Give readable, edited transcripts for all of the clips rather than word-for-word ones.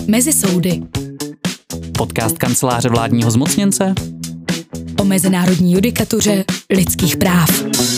Mezi soudy. Podcast kanceláře vládního zmocněnce O mezinárodní judikatuře lidských práv.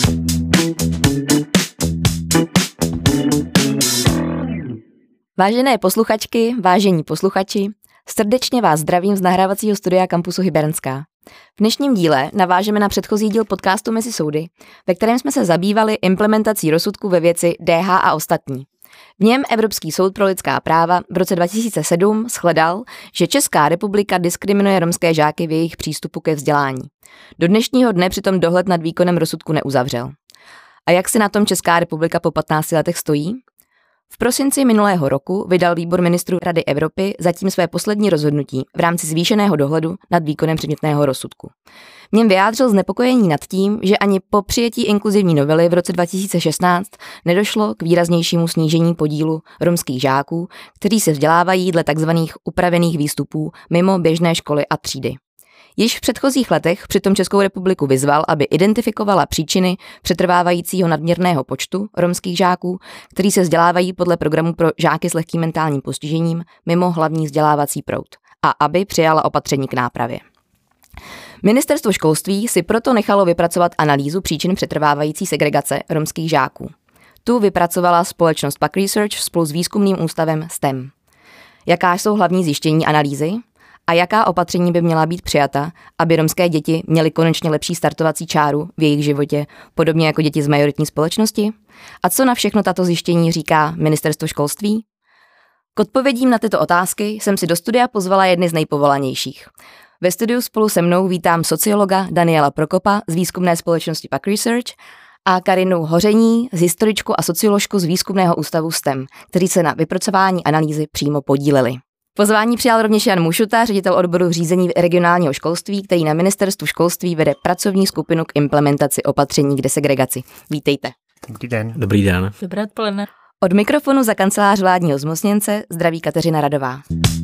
Vážené posluchačky, vážení posluchači, srdečně vás zdravím z nahrávacího studia kampusu Hybernská. V dnešním díle navážeme na předchozí díl podcastu Mezi soudy, ve kterém jsme se zabývali implementací rozsudku ve věci DH a ostatní. V něm Evropský soud pro lidská práva v roce 2007 shledal, že Česká republika diskriminuje romské žáky v jejich přístupu ke vzdělání. Do dnešního dne přitom dohled nad výkonem rozsudku neuzavřel. A jak si na tom Česká republika po 15 letech stojí? V prosinci minulého roku vydal výbor ministrů Rady Evropy zatím své poslední rozhodnutí v rámci zvýšeného dohledu nad výkonem předmětného rozsudku. V něm vyjádřil znepokojení nad tím, že ani po přijetí inkluzivní novely v roce 2016 nedošlo k výraznějšímu snížení podílu romských žáků, kteří se vzdělávají dle tzv. Upravených výstupů mimo běžné školy a třídy. Již v předchozích letech přitom Českou republiku vyzval, aby identifikovala příčiny přetrvávajícího nadměrného počtu romských žáků, kteří se vzdělávají podle programu pro žáky s lehkým mentálním postižením mimo hlavní vzdělávací proud a aby přijala opatření k nápravě. Ministerstvo školství si proto nechalo vypracovat analýzu příčin přetrvávající segregace romských žáků. Tu vypracovala společnost PAC Research spolu s výzkumným ústavem STEM. Jaká jsou hlavní zjištění analýzy? A jaká opatření by měla být přijata, aby romské děti měly konečně lepší startovací čáru v jejich životě, podobně jako děti z majoritní společnosti? A co na všechno tato zjištění říká Ministerstvo školství? K odpovědím na tyto otázky jsem si do studia pozvala jedny z nejpovolanějších. Ve studiu spolu se mnou vítám sociologa Daniela Prokopa z výzkumné společnosti PAC Research a Karinu Hoření, historičku a socioložku z výzkumného ústavu STEM, kteří se na vypracování analýzy přímo podíleli. Pozvání přijal rovněž Jan Mušuta, ředitel odboru řízení regionálního školství, který na Ministerstvu školství vede pracovní skupinu k implementaci opatření k desegregaci. Vítejte. Dobrý den. Dobrý den. Dobré odpoledne. Od mikrofonu za kancelář vládního zmocněnce zdraví Kateřina Radová.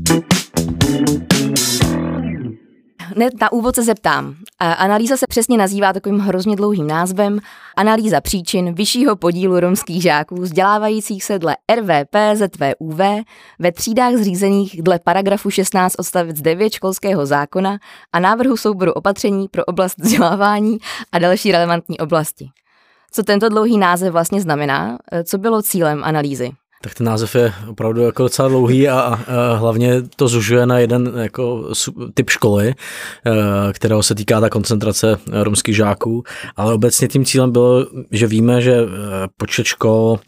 Hned na úvod se zeptám. Analýza se přesně nazývá takovým hrozně dlouhým názvem Analýza příčin vyššího podílu romských žáků vzdělávajících se dle RVP ZVUV ve třídách zřízených dle paragrafu 16 odstavec 9 školského zákona a návrhu souboru opatření pro oblast vzdělávání a další relevantní oblasti. Co tento dlouhý název vlastně znamená? Co bylo cílem analýzy? Tak ten název je opravdu jako docela dlouhý a hlavně to zužuje na jeden jako typ školy, kterého se týká ta koncentrace romských žáků, ale obecně tím cílem bylo, že víme, že počet škol,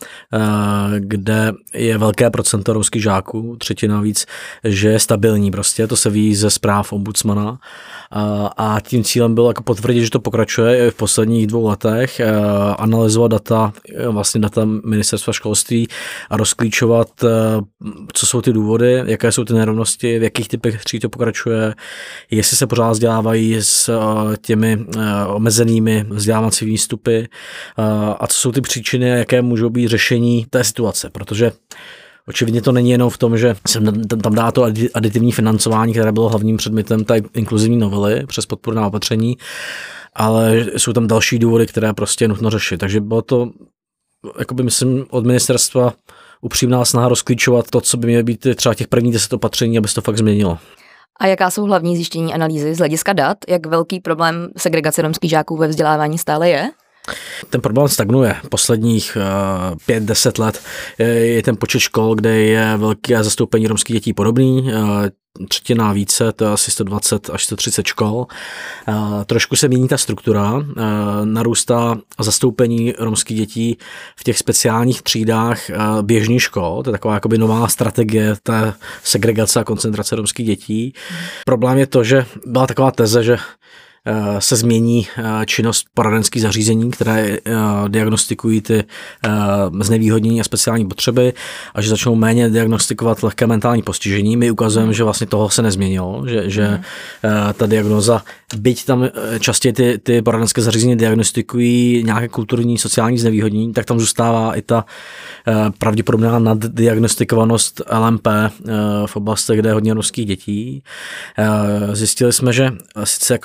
kde je velké procento romských žáků, třetina víc, že je stabilní prostě, to se ví ze zpráv ombudsmana a tím cílem bylo jako potvrdit, že to pokračuje i v posledních 2 letech, analyzovat data Ministerstva školství a rozklíčovat, co jsou ty důvody, jaké jsou ty nerovnosti, v jakých typech tříd to pokračuje, jestli se pořád vzdělávají s těmi omezenými vzdělávacími výstupy a co jsou ty příčiny, jaké můžou být řešení té situace, protože očividně to není jenom v tom, že se tam dá to aditivní financování, které bylo hlavním předmětem té inkluzivní novely přes podpůrná opatření, ale jsou tam další důvody, které prostě je nutno řešit. Takže bylo to, jakoby myslím, od ministerstva upřímná snaha rozklíčovat to, co by mělo být třeba těch prvních 10 opatření, aby se to fakt změnilo. A jaká jsou hlavní zjištění analýzy z hlediska dat? Jak velký problém segregace romských žáků ve vzdělávání stále je? Ten problém stagnuje. Posledních 5-10 let je ten počet škol, kde je velké zastoupení romských dětí podobný, třetina více, to je asi 120 až 130 škol. Trošku se mění ta struktura, narůstá zastoupení romských dětí v těch speciálních třídách běžných škol, to je taková jakoby nová strategie té segregace a koncentrace romských dětí. Problém je to, že byla taková teze, že se změní činnost poradenských zařízení, které diagnostikují ty znevýhodnění a speciální potřeby a že začnou méně diagnostikovat lehké mentální postižení. My ukazujeme, že vlastně toho se nezměnilo, že ta diagnoza, byť tam častěji ty poradenské zařízení diagnostikují nějaké kulturní, sociální znevýhodnění, tak tam zůstává i ta pravděpodobná naddiagnostikovanost LMP v oblastech, kde je hodně romských dětí. Zjistili jsme, že sice jako ty děti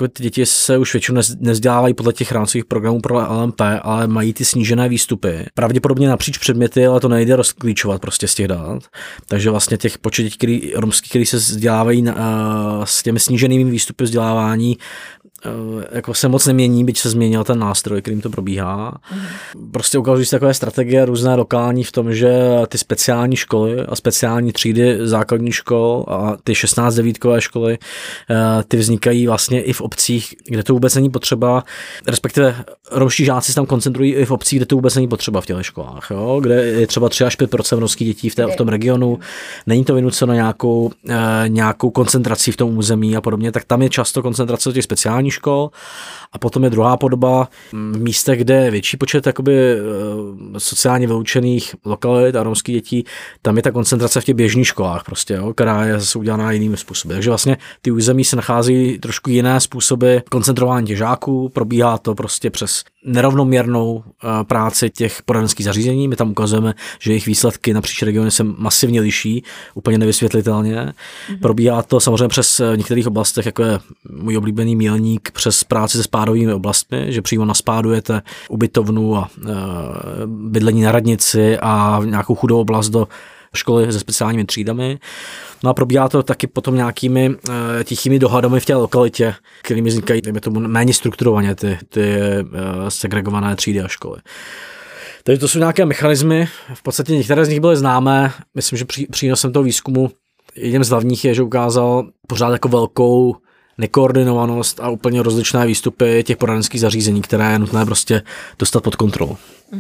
děti se už většinou nevzdělávají podle těch rámcových programů pro LMP, ale mají ty snížené výstupy. Pravděpodobně napříč předměty, ale to nejde rozklíčovat prostě z těch dat. Takže vlastně těch počet dětí romských, který se vzdělávají s těmi sníženými výstupy vzdělávání, jako se moc nemění, byť se změnil ten nástroj, kterým to probíhá. Prostě ukazují se takové strategie různé lokální v tom, že ty speciální školy a speciální třídy základních škol a ty 16-9kové školy, ty vznikají vlastně i v obcích, kde to vůbec není potřeba, respektive romští žáci se tam koncentrují i v obcích, kde to vůbec není potřeba v těch školách, jo? Kde je třeba 3-5% romských dětí v tom regionu, není to vynuceno nějakou koncentrací v tom území a podobně, tak tam je často koncentrace těch speciálních škol a potom je druhá podoba v místech, kde je větší počet jakoby sociálně vyloučených lokalit a romských dětí, tam je ta koncentrace v těch běžných školách prostě, jo, která je zase udělaná jinými způsoby. Takže vlastně ty území se nachází trošku jiné způsoby koncentrování těch žáků, probíhá to prostě přes nerovnoměrnou práci těch poradenských zařízení. My tam ukazujeme, že jejich výsledky napříč regiony se masivně liší, úplně nevysvětlitelně. Probíhá to samozřejmě přes některých oblastech, jako je můj oblíbený Mílník, přes práci se spádovými oblastmi, že přímo naspádujete ubytovnu a bydlení na radnici a nějakou chudou oblast do školy se speciálními třídami. No a probíhá to taky potom nějakými tichými dohadami v té lokalitě, kterými vznikají tomu méně strukturovaně ty segregované třídy a školy. Takže to jsou nějaké mechanismy, v podstatě některé z nich byly známé. Myslím, že přínosem toho výzkumu jedním z hlavních je, že ukázal pořád jako velkou nekoordinovanost a úplně rozličné výstupy těch poradenských zařízení, které je nutné prostě dostat pod kontrolu.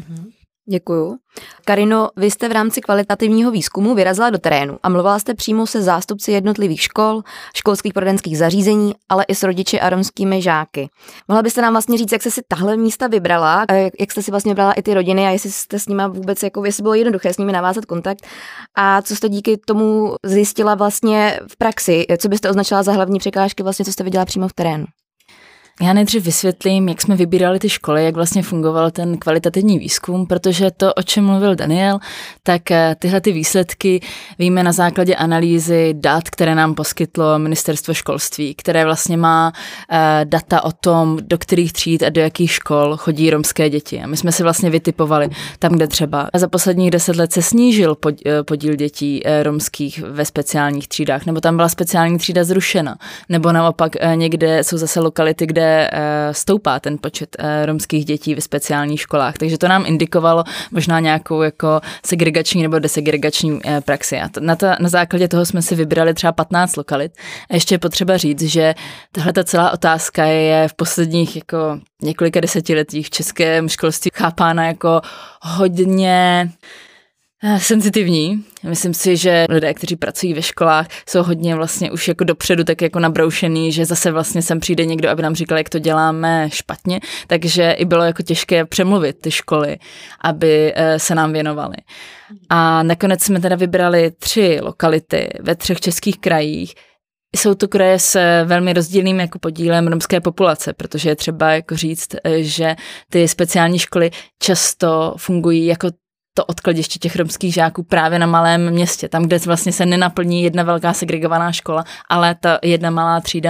Děkuju. Karino, vy jste v rámci kvalitativního výzkumu vyrazila do terénu a mluvila jste přímo se zástupci jednotlivých škol, školských poradenských zařízení, ale i s rodiči a romskými žáky. Mohla byste nám vlastně říct, jak jste si tahle místa vybrala, jak jste si vlastně vybrala i ty rodiny a jestli jste s nimi vůbec, jestli bylo jednoduché s nimi navázat kontakt a co jste díky tomu zjistila vlastně v praxi, co byste označila za hlavní překážky, vlastně co jste viděla přímo v terénu? Já nejdřív vysvětlím, jak jsme vybírali ty školy, jak vlastně fungoval ten kvalitativní výzkum, protože to, o čem mluvil Daniel, tak tyhle ty výsledky víme na základě analýzy dat, které nám poskytlo Ministerstvo školství, které vlastně má data o tom, do kterých tříd a do jakých škol chodí romské děti. A my jsme si vlastně vytipovali tam, kde třeba za posledních 10 let se snížil podíl dětí romských ve speciálních třídách, nebo tam byla speciální třída zrušena, nebo naopak někde jsou zase lokality, kde stoupá ten počet romských dětí ve speciálních školách. Takže to nám indikovalo možná nějakou jako segregační nebo desegregační praxi. A na základě toho jsme si vybrali třeba 15 lokalit. A ještě je potřeba říct, že tahle celá otázka je v posledních jako několika desetiletích v českém školství chápána jako hodně senzitivní. Myslím si, že lidé, kteří pracují ve školách, jsou hodně vlastně už jako dopředu tak jako nabroušený, že zase vlastně sem přijde někdo, aby nám říkal, jak to děláme špatně, takže i bylo jako těžké přemluvit ty školy, aby se nám věnovaly. A nakonec jsme teda vybrali 3 lokality ve 3 českých krajích. Jsou to kraje s velmi rozdílným jako podílem romské populace, protože je třeba jako říct, že ty speciální školy často fungují jako to odkladiště těch romských žáků právě na malém městě, tam, kde vlastně se nenaplní jedna velká segregovaná škola, ale ta jedna malá třída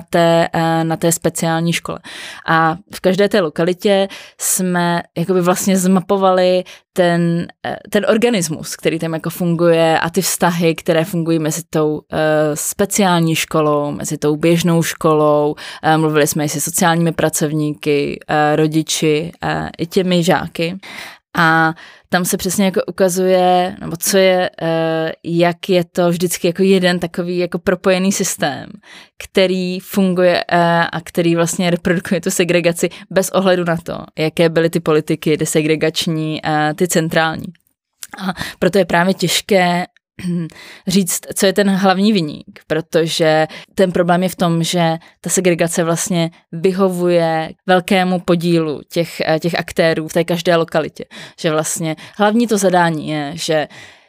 na té speciální škole. A v každé té lokalitě jsme jakoby vlastně zmapovali ten organismus, který tam jako funguje a ty vztahy, které fungují mezi tou speciální školou, mezi tou běžnou školou. Mluvili jsme i se sociálními pracovníky, rodiči i těmi žáky. A tam se přesně jako ukazuje, nebo co je, jak je to vždycky jako jeden takový jako propojený systém, který funguje a který vlastně reprodukuje tu segregaci bez ohledu na to, jaké byly ty politiky desegregační, ty centrální. A proto je právě těžké říct, co je ten hlavní viník, protože ten problém je v tom, že ta segregace vlastně vyhovuje velkému podílu těch aktérů v té každé lokalitě. Že vlastně hlavní to zadání je, že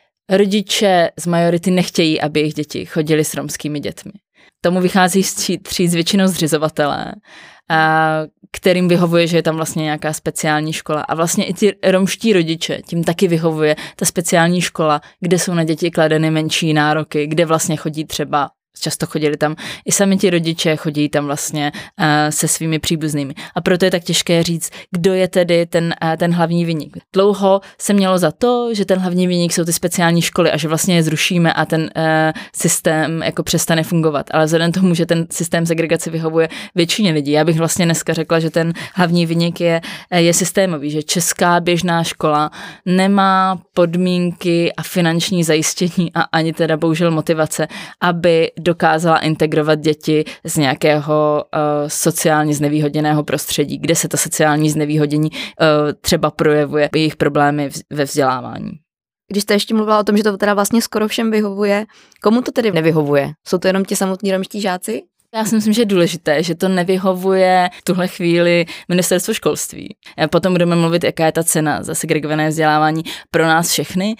rodiče z majority nechtějí, aby jejich děti chodily s romskými dětmi. Tomu vychází vstříc většinou zřizovatelé, kterým vyhovuje, že je tam vlastně nějaká speciální škola. A vlastně i ty romští rodiče, tím taky vyhovuje ta speciální škola, kde jsou na děti kladeny menší nároky, kde vlastně chodí třeba Často chodili tam i sami ti rodiče, chodí tam vlastně se svými příbuznými. A proto je tak těžké říct, kdo je tedy ten hlavní viník. Dlouho se mělo za to, že ten hlavní viník jsou ty speciální školy a že vlastně je zrušíme a ten systém jako přestane fungovat. Ale vzhledem tomu, že ten systém segregace vyhovuje většině lidí, já bych vlastně dneska řekla, že ten hlavní viník je systémový, že česká běžná škola nemá podmínky a finanční zajištění a ani teda bohužel motivace, aby dokázala integrovat děti z nějakého sociálně znevýhodněného prostředí, kde se to sociální znevýhodnění třeba projevuje jejich problémy ve vzdělávání. Když jste ještě mluvila o tom, že to teda vlastně skoro všem vyhovuje, komu to tedy nevyhovuje? Jsou to jenom ti samotní romští žáci? Já si myslím, že je důležité, že to nevyhovuje v tuhle chvíli ministerstvo školství. Potom budeme mluvit, jaká je ta cena za segregované vzdělávání pro nás všechny.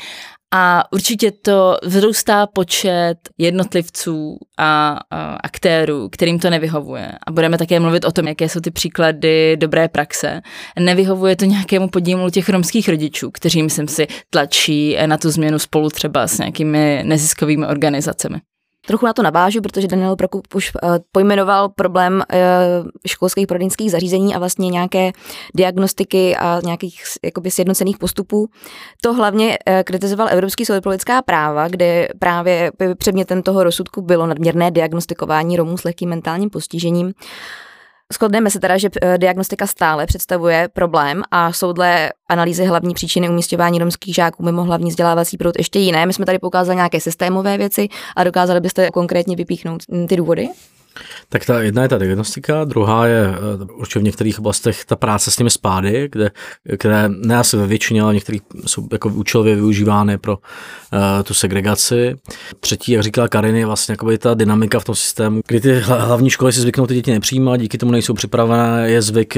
A určitě to vzrůstá počet jednotlivců a aktérů, kterým to nevyhovuje. A budeme také mluvit o tom, jaké jsou ty příklady dobré praxe. Nevyhovuje to nějakému podílu těch romských rodičů, kteří, myslím si, tlačí na tu změnu spolu třeba s nějakými neziskovými organizacemi. Trochu na to navážu, protože Daniel Prokop už pojmenoval problém školských poradenských zařízení a vlastně nějaké diagnostiky a nějakých jakoby sjednocených postupů. To hlavně kritizoval Evropský soud pro lidská práva, kde právě předmětem toho rozsudku bylo nadměrné diagnostikování Romů s lehkým mentálním postižením. Shodneme se teda, že diagnostika stále představuje problém a jsou dle analýzy hlavní příčiny umísťování romských žáků mimo hlavní vzdělávací proud ještě jiné. My jsme tady poukázali nějaké systémové věci a dokázali byste konkrétně vypíchnout ty důvody? Tak ta jedna je ta diagnostika, druhá je určitě v některých oblastech ta práce s těmi spády, které ne asi ve většině, ale některých jsou jako účelově využívány pro tu segregaci. Třetí, jak říkala Karin, je vlastně ta dynamika v tom systému, kdy ty hlavní školy si zvyknou ty děti nepřijímat, díky tomu nejsou připravené, je zvyk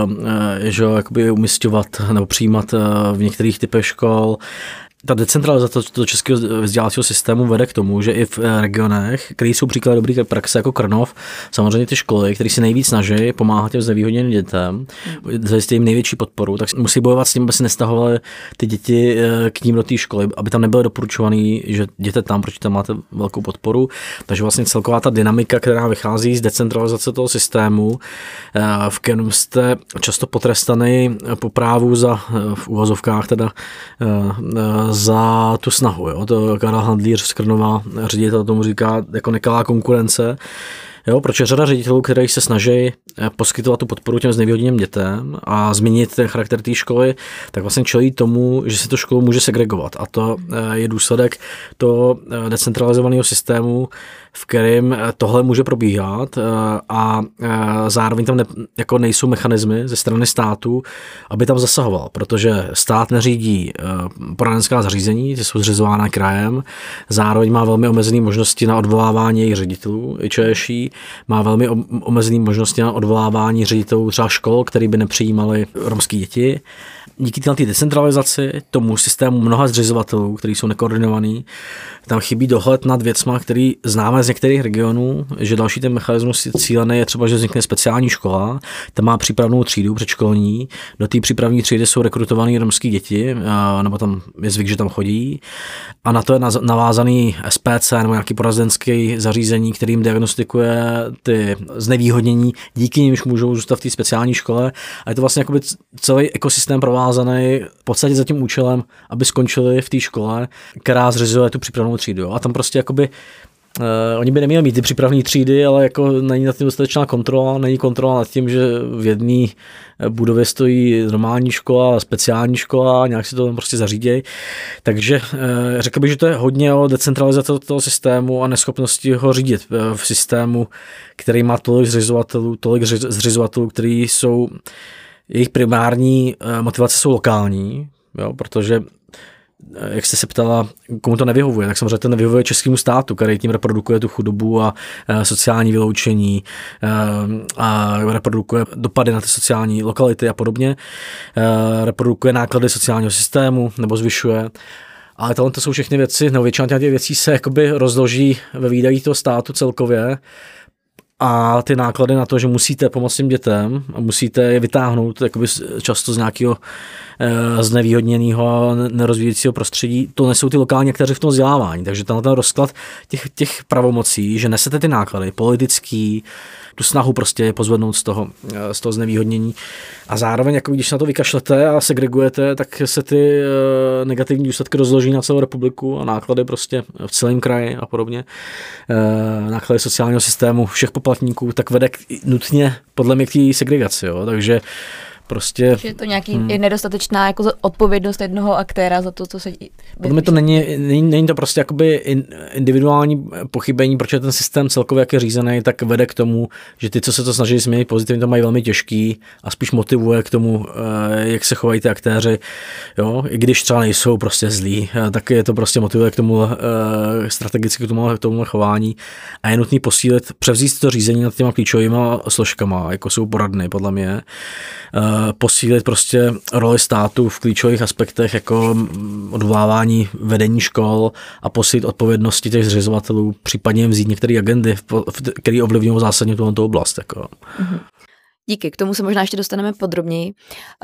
že umisťovat nebo přijímat v některých typech škol. Ta decentralizace do českého vzdělávacího systému vede k tomu, že i v regionech, které jsou příklady dobré praxe jako Krnov, samozřejmě ty školy, které si nejvíc snaží pomáhat těm znevýhodněným dětem, zajistit jim největší podporu, tak musí bojovat s tím, aby se nestahovaly ty děti k ním do té školy, aby tam nebyly doporučovaný, že jděte tam, protože tam máte velkou podporu. Takže vlastně celková ta dynamika, která vychází z decentralizace toho systému, v kterém jste často potrestaný po právu za v uvozovkách teda za tu snahu. Jo? To Karel Handlíř z Krnova, ředitel tomu říká jako nekalá konkurence. Jo, protože řada ředitelů, kteří se snaží poskytovat tu podporu těm znevýhodněným dětem a změnit ten charakter té školy, tak vlastně čelí tomu, že se to školu může segregovat. A to je důsledek toho decentralizovaného systému, v kterém tohle může probíhat a zároveň tam nejsou mechanismy ze strany státu, aby tam zasahoval, protože stát neřídí poradenská zařízení, ty jsou zřizována krajem, zároveň má velmi omezené možnosti na odvolávání jejich ředitelů, i ČŠI, má velmi omezené možnosti na odvolávání ředitelů třeba škol, který by nepřijímali romské děti. Díky té decentralizaci, tomu systému mnoha zřizovatelů, kteří jsou nekoordinovaní, tam chybí dohled nad věcma, který známe z některých regionů, že další ten mechanismus cílený je třeba, že vznikne speciální škola, tam má přípravnou třídu předškolní, do té přípravní třídy jsou rekrutované romské děti, nebo tam je zvyk, že tam chodí, a na to je navázaný SPC nebo nějaký poradenský zařízení, kterým diagnostikuje ty znevýhodnění, díky nimž můžou zůstat v té speciální škole, a je to vlastně jakoby celý ekosystém provázaný v podstatě za tím účelem, aby skončili v té škole, která zřizuje tu přípravnou třídu. Jo. A tam prostě jakoby oni by neměli mít ty přípravné třídy, ale jako není nad tím dostatečná kontrola, není kontrola nad tím, že v jedné budově stojí normální škola, speciální škola, nějak si to tam prostě zařídějí. Takže řekl bych, že to je hodně o decentralizaci toho systému a neschopnosti ho řídit v systému, který má tolik zřizovatelů, kteří jsou, jejich primární motivace jsou lokální, jo, protože jak jste se ptala, komu to nevyhovuje, tak samozřejmě to nevyhovuje českému státu, který tím reprodukuje tu chudobu a sociální vyloučení a reprodukuje dopady na ty sociální lokality a podobně, reprodukuje náklady sociálního systému nebo zvyšuje. Ale tohle to jsou všechny věci, nebo většina těch věcí se jakoby rozloží ve výdajích toho státu celkově a ty náklady na to, že musíte pomoct těm dětem a musíte je vytáhnout jakoby často z nějakého znevýhodněného, nerozvíjejícího prostředí, to nesou ty lokální aktéři v tom vzdělávání. Takže ten rozklad těch pravomocí, že nesete ty náklady politický, tu snahu prostě pozvednout z toho znevýhodnění a zároveň, jako když na to vykašlete a segregujete, tak se ty negativní důsledky rozloží na celou republiku a náklady prostě v celém kraji a podobně. Náklady sociálního systému všech poplatníků, tak vede nutně podle mě k té segregaci. Jo? Takže prostě... Je to nějaký nedostatečná jako odpovědnost jednoho aktéra za to, co se... Podle mě to není to prostě jakoby individuální pochybení, protože ten systém celkově, jak je řízený, tak vede k tomu, že ty, co se to snaží změnit pozitivně, to mají velmi těžký a spíš motivuje k tomu, jak se chovají ty aktéři, jo, i když třeba nejsou prostě zlí, tak je to prostě motivuje k tomu strategicky k tomu chování a je nutný posílit, převzít to řízení nad těma klíčovýma složkama, jako jsou poradny, podle mě, posílit prostě roli státu v klíčových aspektech jako odvolávání vedení škol a posílit odpovědnosti těch zřizovatelů, případně jim vzít některé agendy, které ovlivňují zásadně tuto oblast. Jako. Díky, k tomu se možná ještě dostaneme podrobněji.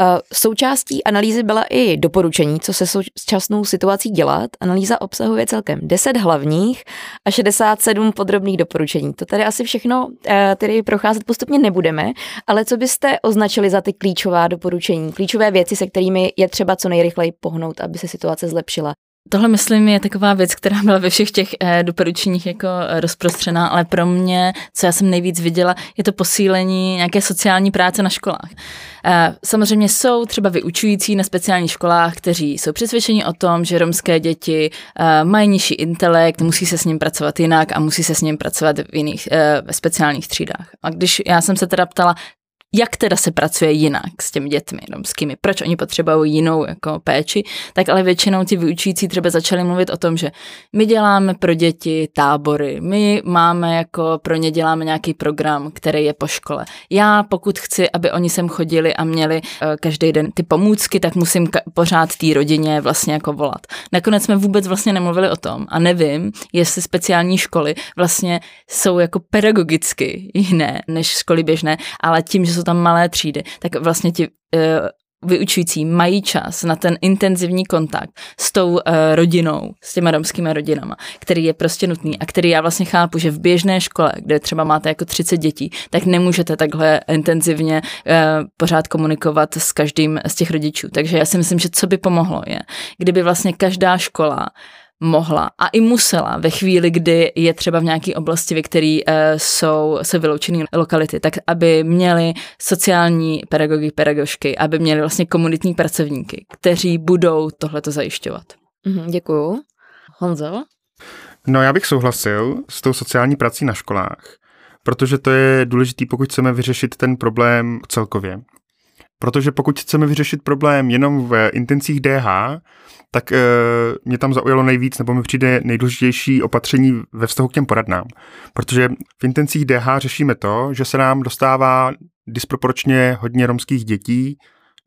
Součástí analýzy byla i doporučení, co se současnou situací dělat. Analýza obsahuje celkem 10 hlavních a 67 podrobných doporučení. To tady asi všechno tedy procházet postupně nebudeme, ale co byste označili za ty klíčová doporučení, klíčové věci, se kterými je třeba co nejrychleji pohnout, aby se situace zlepšila? Tohle, myslím, je taková věc, která byla ve všech těch doporučeních jako rozprostřená, ale pro mě, co já jsem nejvíc viděla, je to posílení nějaké sociální práce na školách. Samozřejmě jsou třeba vyučující na speciálních školách, kteří jsou přesvědčeni o tom, že romské děti mají nižší intelekt, musí se s ním pracovat jinak a musí se s ním pracovat v jiných speciálních třídách. A když já jsem se teda ptala, jak teda se pracuje jinak s těmi dětmi romskými, proč oni potřebují jinou jako péči, tak ale většinou ti vyučující třeba začali mluvit o tom, že my děláme pro děti tábory, my máme jako pro ně děláme nějaký program, který je po škole. Já pokud chci, aby oni sem chodili a měli každý den ty pomůcky, tak musím pořád té rodině vlastně jako volat. Nakonec jsme vůbec vlastně nemluvili o tom a nevím, jestli speciální školy vlastně jsou jako pedagogicky jiné než školy běžné, ale tím, že jsou tam malé třídy, tak vlastně ti vyučující mají čas na ten intenzivní kontakt s tou rodinou, s těma romskými rodinama, který je prostě nutný a který já vlastně chápu, že v běžné škole, kde třeba máte jako 30 dětí, tak nemůžete takhle intenzivně pořád komunikovat s každým z těch rodičů. Takže já si myslím, že co by pomohlo je, kdyby vlastně každá škola mohla a i musela ve chvíli, kdy je třeba v nějaké oblasti, ve které jsou vyloučené lokality, tak aby měli sociální pedagožky, aby měli vlastně komunitní pracovníky, kteří budou tohleto zajišťovat. Děkuju. Honzo? No, já bych souhlasil s tou sociální prací na školách, protože to je důležité, pokud chceme vyřešit ten problém celkově. Protože pokud chceme vyřešit problém jenom v intencích DH, tak mě tam zaujalo nejvíc, nebo mi přijde nejdůležitější opatření ve vztahu k těm poradnám. Protože v intencích DH řešíme to, že se nám dostává disproporčně hodně romských dětí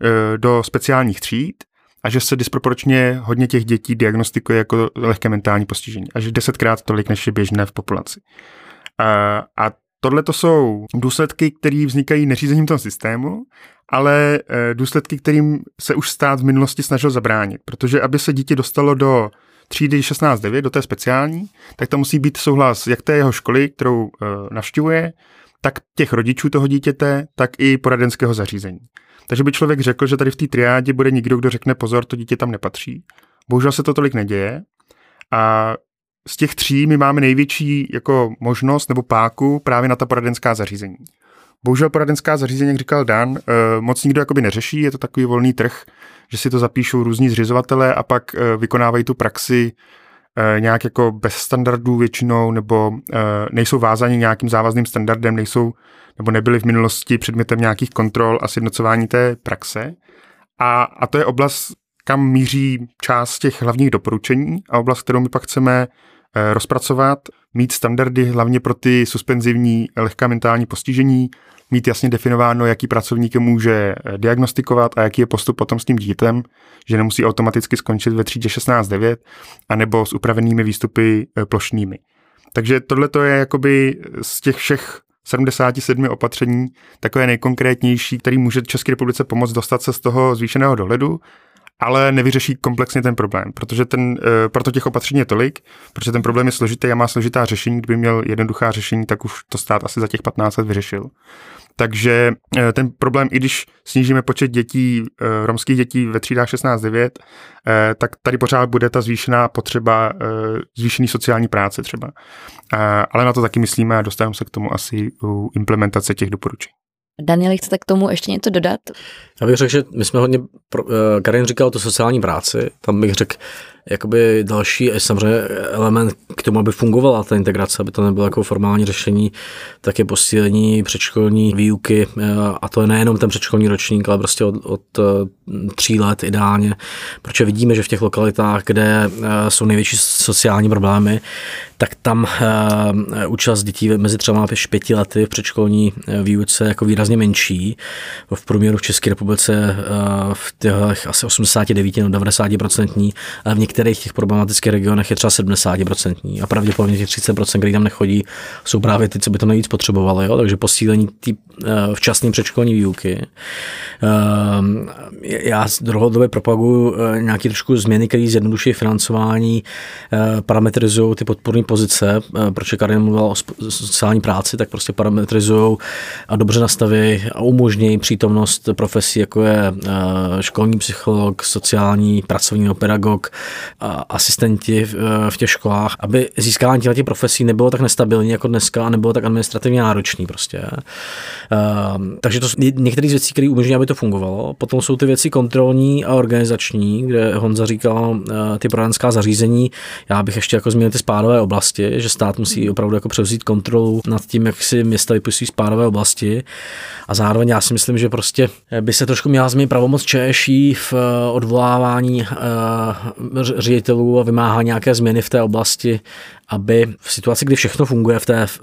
do speciálních tříd a že se disproporčně hodně těch dětí diagnostikuje jako lehké mentální postižení. Až 10krát tolik, než je běžné v populaci. A tohle to jsou důsledky, které vznikají neřízením toho systému, ale důsledky, kterým se už stát v minulosti snažil zabránit. Protože aby se dítě dostalo do třídy 16-9, do té speciální, tak to musí být souhlas jak té jeho školy, kterou navštěvuje, tak těch rodičů toho dítěte, tak i poradenského zařízení. Takže by člověk řekl, že tady v té triádě bude někdo, kdo řekne pozor, to dítě tam nepatří. Bohužel se to tolik neděje a z těch 3 my máme největší jako možnost nebo páku právě na ta poradenská zařízení. Bohužel poradenská zařízení, jak říkal Dan, moc nikdo jakoby neřeší, je to takový volný trh, že si to zapíšou různí zřizovatelé a pak vykonávají tu praxi nějak jako bez standardů většinou, nebo nejsou vázáni nějakým závazným standardem, nebo nebyli v minulosti předmětem nějakých kontrol a sjednocování té praxe. A to je oblast, kam míří část těch hlavních doporučení a oblast, kterou my pak chceme rozpracovat, mít standardy hlavně pro ty suspenzivní lehká mentální postižení, mít jasně definováno, jaký pracovník může diagnostikovat a jaký je postup potom s tím dítětem, že nemusí automaticky skončit ve třídě 16-9 anebo s upravenými výstupy plošnými. Takže tohle to je jakoby z těch všech 77 opatření, takové nejkonkrétnější, který může České republice pomoct dostat se z toho zvýšeného dohledu, ale nevyřeší komplexně ten problém, protože proto těch opatření je tolik, protože ten problém je složitý a má složitá řešení. Kdyby měl jednoduchá řešení, tak už to stát asi za těch 15 let vyřešil. Takže ten problém, i když snížíme počet dětí, romských dětí ve třídách 16-9, tak tady pořád bude ta zvýšená potřeba zvýšený sociální práce třeba. Ale na to taky myslíme a dostaneme se k tomu asi u implementace těch doporučení. Danieli, chcete k tomu ještě něco dodat? Já bych řekl, že my jsme hodně, Karin říkal to sociální práci, tam bych řekl, jakoby další samozřejmě element k tomu, aby fungovala ta integrace, aby to nebylo jako formální řešení, tak je posílení předškolní výuky, a to je nejenom ten předškolní ročník, ale prostě od 3 let ideálně, protože vidíme, že v těch lokalitách, kde jsou největší sociální problémy, tak tam účast dětí mezi třeba 5 lety v předškolní výuce jako výrazně menší. V průměru v České republice v těch asi 89 nebo 90%, ale v některých těch problematických regionech je třeba 70% a pravděpodobně těch 30%, který tam nechodí, jsou právě ty, co by to nejvíc potřebovali. Jo? Takže posílení té včasné předškolní výuky. Já dlouhodobě propaguju nějaké trošku změny, které zjednodušují financování, parametrizují ty podporné pozice, proč Karin mluvila o sociální práci, tak prostě parametrizují a dobře nastaví a umožní přítomnost profesí, jako je školní psycholog, sociální pracovní pedagog, asistenti v těch školách, aby získávání těch profesí nebylo tak nestabilní jako dneska a nebylo tak administrativně náročný prostě. Takže to jsou některé z věcí, které umožní, aby to fungovalo. Potom jsou ty věci kontrolní a organizační, kde Honza říkal ty poradenská zařízení. Já bych ještě jako zmínil ty spádové oblasti, že stát musí opravdu jako převzít kontrolu nad tím, jak si města vypisují spádové oblasti. A zároveň já si myslím, že prostě by se trošku měla změnit pravomoc ČŠI v odvolávání ředitelů a vymáhání nějaké změny v té oblasti, aby v situaci, kdy všechno funguje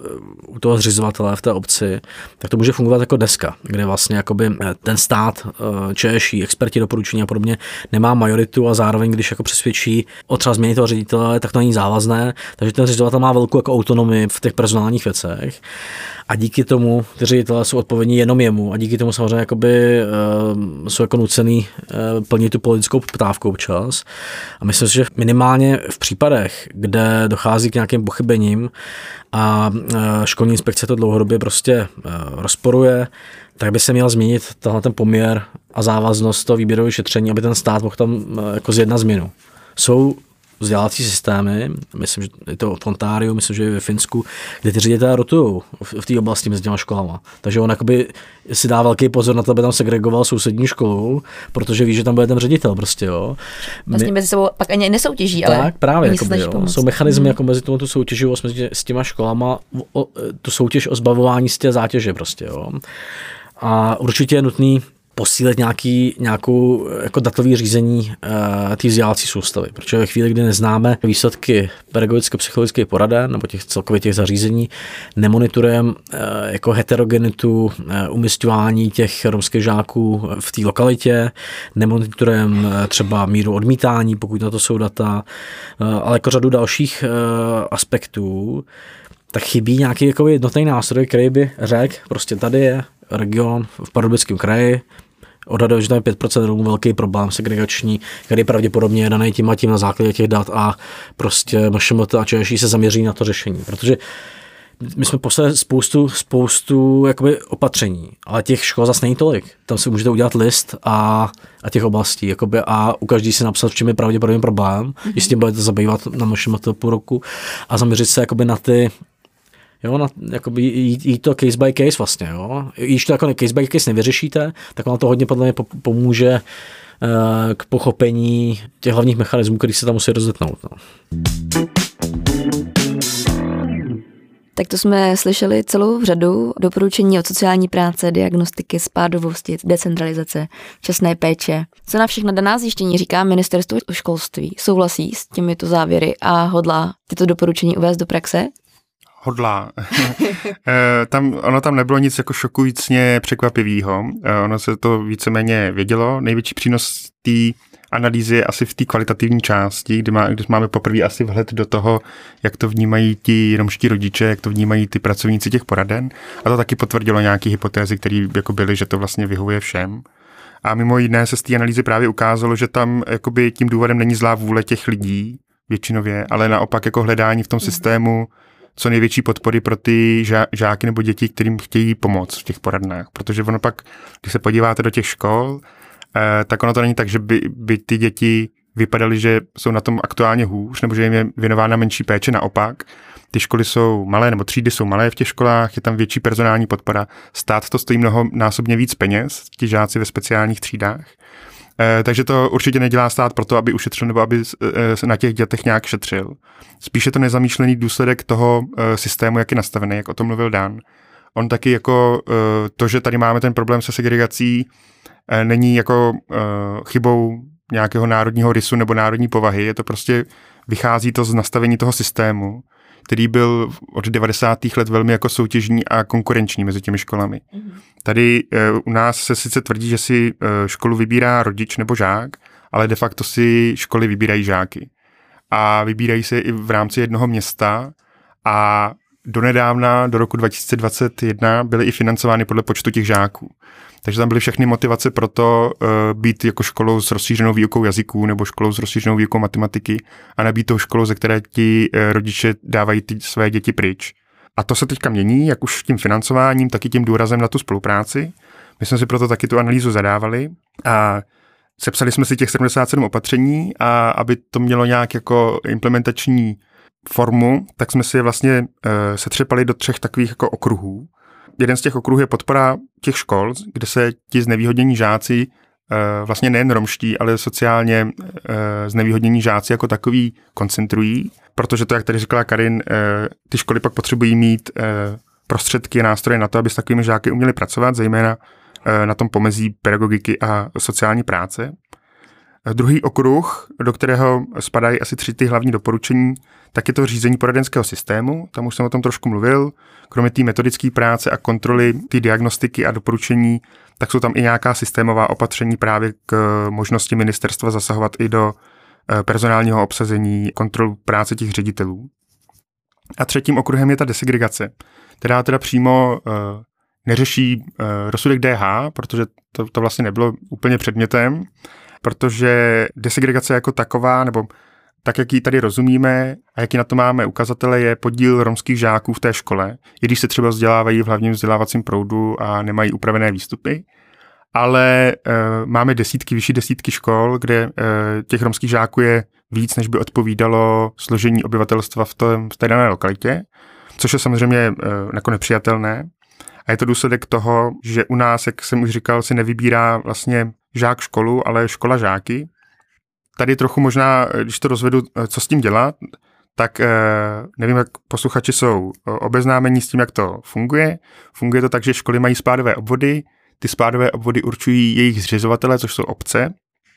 u toho zřizovatele v té obci, tak to může fungovat jako deska, kde vlastně jakoby ten stát, ČŠI, experti doporučení a podobně nemá majoritu a zároveň, když jako přesvědčí o třeba změně toho ředitele, tak to není závazné, takže ten zřizovatel má velkou jako autonomii v těch personálních věcech. A díky tomu ty ředitelé jsou odpovědní jenom jemu a díky tomu samozřejmě jakoby, jsou jako nucený plnit tu politickou poptávku občas. A myslím si, že minimálně v případech, kde dochází k nějakým pochybením a školní inspekce to dlouhodobě prostě rozporuje, tak by se měl změnit ten poměr a závaznost toho výběrového šetření, aby ten stát mohl tam jako zjednat změnu. Jsou vzdělávací systémy, myslím, že je to v Ontáriu, myslím, že je ve Finsku, kde ty ředitelé rotují v té oblasti mezi těma školama. Takže on jakoby si dá velký pozor na to, aby tam segregoval sousední školu, protože ví, že tam bude ten ředitel prostě, jo. Vlastně mezi sebou pak ani nesoutěží, ale tak právě, jakoby, jo. Jsou mechanismy jako mezi tu soutěživost s těma školama, tu soutěž o zbavování z té zátěže prostě, jo. A určitě je nutný posílit nějakou jako datový řízení té vzdělávací soustavy. Protože ve chvíli, kdy neznáme výsledky pedagogicko-psychologických poraden nebo celkově těch zařízení, nemonitorujeme jako heterogenitu umisťování těch romských žáků v té lokalitě, nemonitorujeme třeba míru odmítání, pokud na to jsou data, ale jako řadu dalších aspektů, tak chybí nějaký jako jednotný nástroj, který by řekl, prostě tady je region v Pardubickém kraji, odhaduje, že tam je 5% Romů velký problém segregační, který pravděpodobně je daný tím a tím na základě těch dat a prostě MŠMT a ČŠI se zaměří na to řešení. Protože my jsme poslali spoustu jakoby opatření, ale těch škol zase není tolik. Tam si můžete udělat list a těch oblastí jakoby, a u každý si napsat, v čem je pravděpodobně problém, když s tím budete zabývat na MŠMT půl roku a zaměřit se jakoby na ty, jo, jakoby jít to case by case vlastně, jo. Když to jako case by case nevyřešíte, tak vám to hodně podle mě pomůže k pochopení těch hlavních mechanismů, který se tam musí rozletnout. No. Tak to jsme slyšeli celou řadu doporučení od sociální práce, diagnostiky, spádovosti, decentralizace, včasné péče. Co na všechna daná zjištění říká Ministerstvo školství? Souhlasí s těmito závěry a hodlá tyto doporučení uvést do praxe? Hodlá. Ono tam nebylo nic jako šokujícně překvapivého. Ono se to víceméně vědělo. Největší přínos té analýzy je asi v té kvalitativní části, kdy máme poprvé asi vhled do toho, jak to vnímají ti romští rodiče, jak to vnímají ty pracovníci těch poraden. A to taky potvrdilo nějaké hypotézy, které jako byly, že to vlastně vyhovuje všem. A mimo jiné se z té analýzy právě ukázalo, že tam jakoby tím důvodem není zlá vůle těch lidí většinově, ale naopak jako hledání v tom systému co největší podpory pro ty žáky nebo děti, kterým chtějí pomoct v těch poradnách. Protože ono pak, když se podíváte do těch škol, tak ono to není tak, že by ty děti vypadaly, že jsou na tom aktuálně hůř, nebo že jim je věnována menší péče, naopak. Ty školy jsou malé, nebo třídy jsou malé v těch školách, je tam větší personální podpora. Stát to stojí mnohonásobně víc peněz, ti žáci ve speciálních třídách. Takže to určitě nedělá stát proto, aby ušetřil nebo aby na těch dětech nějak šetřil. Spíše to nezamýšlený důsledek toho systému, jak je nastavený, jak o tom mluvil Dan. On taky jako to, že tady máme ten problém se segregací, není jako chybou nějakého národního rysu nebo národní povahy. Je to prostě, vychází to z nastavení toho systému, který byl od 90. let velmi jako soutěžní a konkurenční mezi těmi školami. Tady u nás se sice tvrdí, že si školu vybírá rodič nebo žák, ale de facto si školy vybírají žáky. A vybírají se i v rámci jednoho města a donedávna, do roku 2021, byly i financovány podle počtu těch žáků. Takže tam byly všechny motivace pro to být jako školou s rozšířenou výukou jazyků nebo školou s rozšířenou výukou matematiky a nebýt tou školou, ze které ti rodiče dávají své děti pryč. A to se teďka mění, jak už tím financováním, tak i tím důrazem na tu spolupráci. My jsme si proto taky tu analýzu zadávali a sepsali jsme si těch 77 opatření a aby to mělo nějak jako implementační formu, tak jsme si je vlastně setřepali do 3 takových jako okruhů. Jeden z těch okruhů je podpora těch škol, kde se ti znevýhodnění žáci, vlastně nejen romští, ale sociálně znevýhodnění žáci jako takový koncentrují, protože to, jak tady říkala Karin, ty školy pak potřebují mít prostředky a nástroje na to, aby s takovými žáky uměli pracovat, zejména na tom pomezí pedagogiky a sociální práce. Druhý okruh, do kterého spadají asi 3 ty hlavní doporučení, tak je to řízení poradenského systému. Tam už jsem o tom trošku mluvil. Kromě té metodické práce a kontroly, ty diagnostiky a doporučení, tak jsou tam i nějaká systémová opatření právě k možnosti ministerstva zasahovat i do personálního obsazení, kontrolu práce těch ředitelů. A třetím okruhem je ta desegregace, která teda přímo neřeší rozsudek DH, protože to vlastně nebylo úplně předmětem, protože desegregace jako taková, nebo tak, jak ji tady rozumíme a jaký na to máme ukazatele, je podíl romských žáků v té škole, i když se třeba vzdělávají v hlavním vzdělávacím proudu a nemají upravené výstupy. Ale máme vyšší desítky škol, kde těch romských žáků je víc, než by odpovídalo složení obyvatelstva v té dané lokalitě, což je samozřejmě jako nepřijatelné. A je to důsledek toho, že u nás, jak jsem už říkal, si nevybírá vlastně žák školu, ale škola žáky. Tady trochu možná, když to rozvedu, co s tím dělat, tak nevím, jak posluchači jsou obeznámení s tím, jak to funguje. Funguje to tak, že školy mají spádové obvody, ty spádové obvody určují jejich zřizovatele, což jsou obce,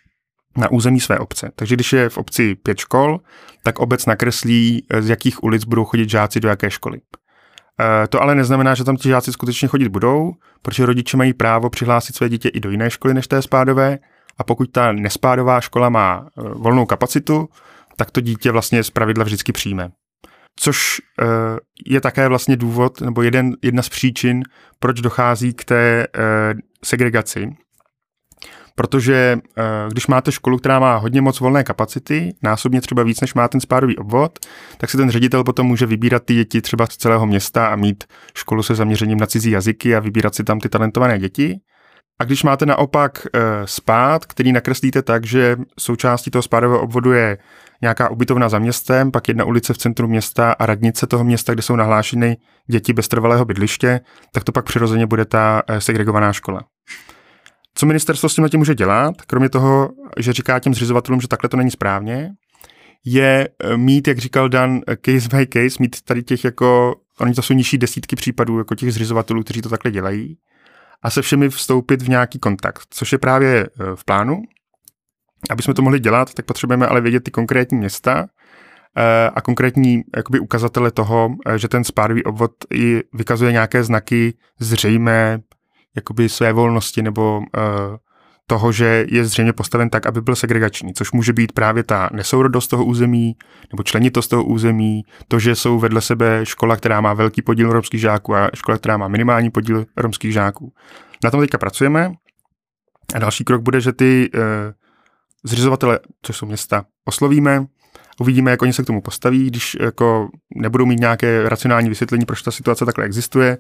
na území své obce. Takže když je v obci 5 škol, tak obec nakreslí, z jakých ulic budou chodit žáci do jaké školy. To ale neznamená, že tam ti žáci skutečně chodit budou, protože rodiče mají právo přihlásit své dítě i do jiné školy než té spádové a pokud ta nespádová škola má volnou kapacitu, tak to dítě vlastně zpravidla vždycky přijme. Což je také vlastně důvod, nebo jedna z příčin, proč dochází k té segregaci. Protože když máte školu, která má hodně moc volné kapacity, násobně třeba víc, než má ten spádový obvod, tak si ten ředitel potom může vybírat ty děti třeba z celého města a mít školu se zaměřením na cizí jazyky a vybírat si tam ty talentované děti. A když máte naopak spád, který nakreslíte tak, že součástí toho spádového obvodu je nějaká ubytovna za městem, pak jedna ulice v centru města a radnice toho města, kde jsou nahlášeny děti bez trvalého bydliště, tak to pak přirozeně bude ta segregovaná škola. Co ministerstvo s tím může dělat, kromě toho, že říká těm zřizovatelům, že takhle to není správně, je mít, jak říkal Dan, case by case, mít tady těch jako, oni to jsou nižší desítky případů, jako těch zřizovatelů, kteří to takhle dělají, a se všemi vstoupit v nějaký kontakt, což je právě v plánu. Aby jsme to mohli dělat, tak potřebujeme ale vědět ty konkrétní města a konkrétní jakoby ukazatele toho, že ten spádový obvod i vykazuje nějaké znaky zřejmé jakoby své volnosti nebo toho, že je zřejmě postaven tak, aby byl segregační, což může být právě ta nesourodost toho území nebo členitost toho území, to, že jsou vedle sebe škola, která má velký podíl romských žáků a škola, která má minimální podíl romských žáků. Na tom teďka pracujeme a další krok bude, že ty zřizovatele, což jsou města, oslovíme, uvidíme, jak oni se k tomu postaví, když jako nebudou mít nějaké racionální vysvětlení, proč ta situace takhle existuje,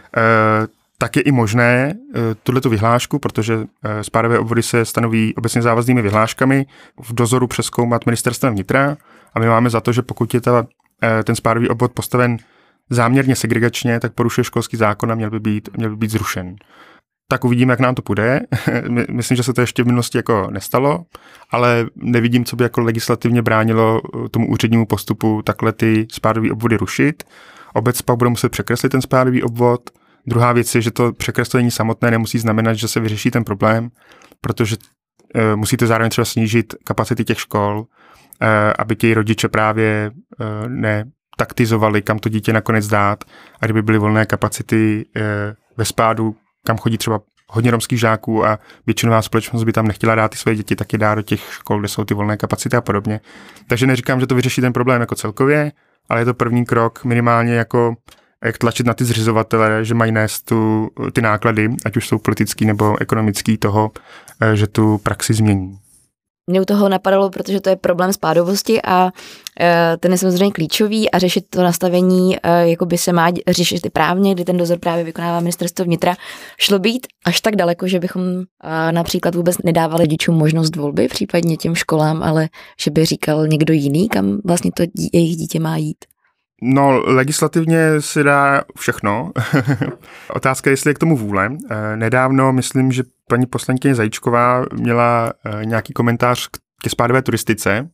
tak je i možné tuhletu vyhlášku, protože spádové obvody se stanoví obecně závaznými vyhláškami, v dozoru přezkoumat ministerstvem vnitra a my máme za to, že pokud je ten spádový obvod postaven záměrně segregačně, tak porušuje školský zákon a měl by být zrušen. Tak uvidíme, jak nám to půjde. Myslím, že se to ještě v minulosti jako nestalo, ale nevidím, co by jako legislativně bránilo tomu úřednímu postupu takhle ty spádové obvody rušit. Obec pak bude muset překreslit ten spádový obvod. Druhá věc je, že to překreslení samotné nemusí znamenat, že se vyřeší ten problém, protože musíte zároveň třeba snížit kapacity těch škol, aby ti rodiče právě netaktizovali, kam to dítě nakonec dát, a kdyby byly volné kapacity ve spádu, kam chodí třeba hodně romských žáků a většinová společnost by tam nechtěla dát ty své děti, tak je dá do těch škol, kde jsou ty volné kapacity a podobně. Takže neříkám, že to vyřeší ten problém jako celkově, ale je to první krok minimálně jako jak tlačit na ty zřizovatele, že mají nést ty náklady, ať už jsou politický nebo ekonomický toho, že tu praxi změní. Mě u toho napadalo, protože to je problém spádovosti a ten je samozřejmě klíčový a řešit to nastavení, jako by se má řešit i právně, kdy ten dozor právě vykonává ministerstvo vnitra, šlo být až tak daleko, že bychom například vůbec nedávali rodičům možnost volby, případně těm školám, ale že by říkal někdo jiný, kam vlastně to jejich dítě má jít. No, legislativně se dá všechno. Otázka je, jestli je k tomu vůle. Nedávno, myslím, že paní poslankyně Zajíčková měla nějaký komentář ke spádové turistice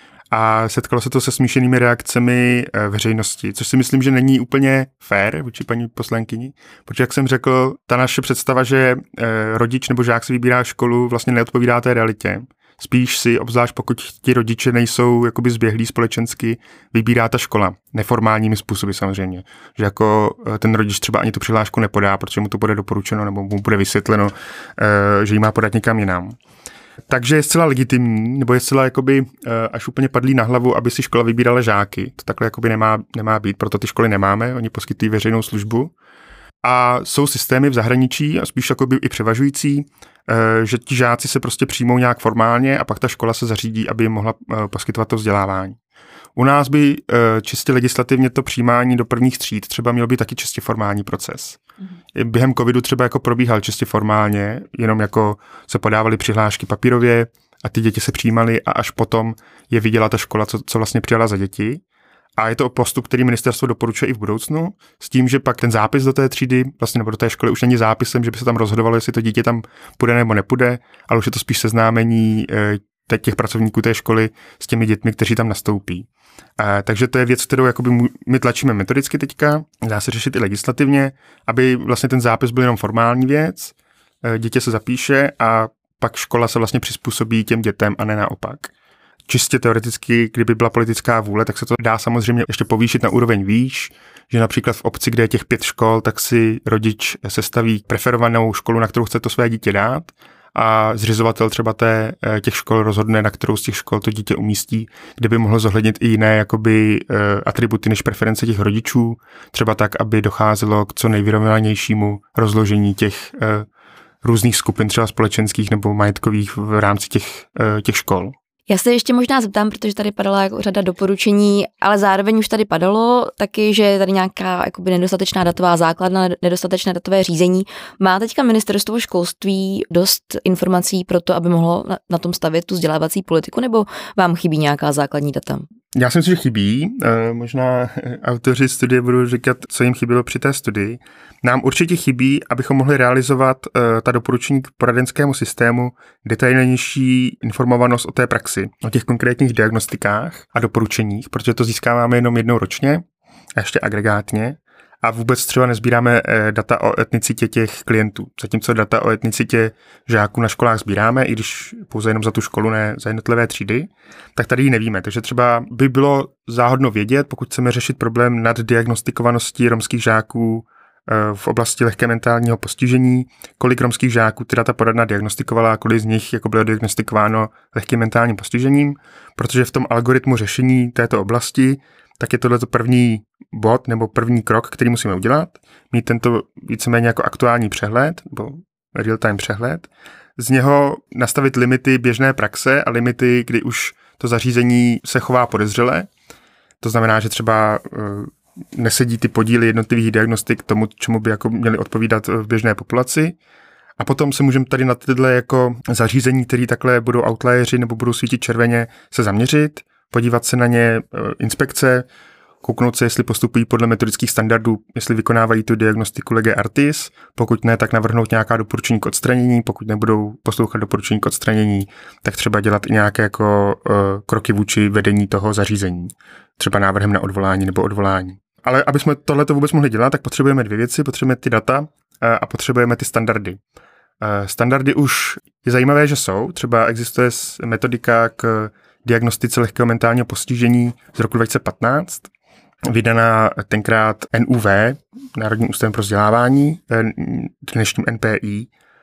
a setkalo se to se smíšenými reakcemi veřejnosti, což si myslím, že není úplně fair vůči paní poslankyni, protože, jak jsem řekl, ta naše představa, že rodič nebo žák si vybírá školu, vlastně neodpovídá té realitě. Spíš si, obzvlášť pokud ti rodiče nejsou jakoby zběhlí společensky, vybírá ta škola neformálními způsoby samozřejmě. Že jako ten rodič třeba ani tu přihlášku nepodá, protože mu to bude doporučeno nebo mu bude vysvětleno, že ji má podat někam jinam. Takže je zcela legitimní, nebo je zcela jakoby až úplně padlý na hlavu, aby si škola vybírala žáky. To takhle jakoby nemá být, proto ty školy nemáme, oni poskytují veřejnou službu. A jsou systémy v zahraničí, a spíš jakoby i převažující, že ti žáci se prostě přijmou nějak formálně a pak ta škola se zařídí, aby jim mohla poskytovat to vzdělávání. U nás by čistě legislativně to přijímání do prvních tříd třeba měl být taky čistě formální proces. Během covidu třeba jako probíhal čistě formálně, jenom jako se podávaly přihlášky papírově a ty děti se přijímaly a až potom je viděla ta škola, co vlastně přijala za děti. A je to postup, který ministerstvo doporučuje i v budoucnu, s tím, že pak ten zápis do té třídy, vlastně nebo do té školy už není zápisem, že by se tam rozhodovalo, jestli to dítě tam půjde nebo nepůjde, ale už je to spíš seznámení těch pracovníků té školy s těmi dětmi, kteří tam nastoupí. Takže to je věc, kterou jakoby my tlačíme metodicky teďka, dá se řešit i legislativně, aby vlastně ten zápis byl jenom formální věc, dítě se zapíše a pak škola se vlastně přizpůsobí těm dětem a ne naopak. Čistě teoreticky, kdyby byla politická vůle, tak se to dá samozřejmě ještě povýšit na úroveň výš, že například v obci, kde je těch 5 škol, tak si rodič sestaví preferovanou školu, na kterou chce to své dítě dát a zřizovatel třeba těch škol rozhodne, na kterou z těch škol to dítě umístí, kde by mohlo zohlednit i jiné jakoby atributy než preference těch rodičů, třeba tak, aby docházelo k co nejvyrovnanějšímu rozložení těch různých skupin, třeba společenských nebo majetkových v rámci těch škol. Já se ještě možná zeptám, protože tady padala jako řada doporučení, ale zároveň už tady padalo taky, že je tady nějaká jakoby nedostatečná datová základna, nedostatečné datové řízení. Má teďka ministerstvo školství dost informací pro to, aby mohlo na tom stavět tu vzdělávací politiku, nebo vám chybí nějaká základní data? Já si myslím, že chybí. Možná autoři studie budou říkat, co jim chybělo při té studii. Nám určitě chybí, abychom mohli realizovat ta doporučení k poradenskému systému, detailnější informovanost o té praxi, o těch konkrétních diagnostikách a doporučeních, protože to získáváme jenom jednou ročně a ještě agregátně. A vůbec třeba nezbíráme data o etnicitě těch klientů. Zatímco data o etnicitě žáků na školách sbíráme, i když pouze jenom za tu školu, ne za jednotlivé třídy, tak tady ji nevíme. Takže třeba by bylo záhodno vědět, pokud chceme řešit problém naddiagnostikovanosti romských žáků v oblasti lehké mentálního postižení, kolik romských žáků teda ta poradna diagnostikovala a kolik z nich jako bylo diagnostikováno lehkým mentálním postižením, protože v tom algoritmu řešení této oblasti tak je tohleto první bod nebo první krok, který musíme udělat, mít tento víceméně jako aktuální přehled nebo real-time přehled, z něho nastavit limity běžné praxe a limity, kdy už to zařízení se chová podezřele. To znamená, že třeba nesedí ty podíly jednotlivých diagnostik tomu, čemu by jako měly odpovídat v běžné populaci. A potom se můžeme tady na tyhle jako zařízení, které takhle budou outlieri nebo budou svítit červeně, se zaměřit, podívat se na ně inspekce, kouknout se, jestli postupují podle metodických standardů, jestli vykonávají tu diagnostiku lege artis, pokud ne, tak navrhnout nějaká doporučení k odstranění, pokud nebudou poslouchat doporučení k odstranění, tak třeba dělat i nějaké jako kroky vůči vedení toho zařízení, třeba návrhem na odvolání nebo odvolání. Ale aby jsme tohleto vůbec mohli dělat, tak potřebujeme dvě věci, potřebujeme ty data a potřebujeme ty standardy. Standardy už je zajímavé, že jsou, třeba existuje metodika k diagnostice lehkého mentálního postižení z roku 2015, vydaná tenkrát NUV, Národním ústavem pro vzdělávání, dnešním NPI,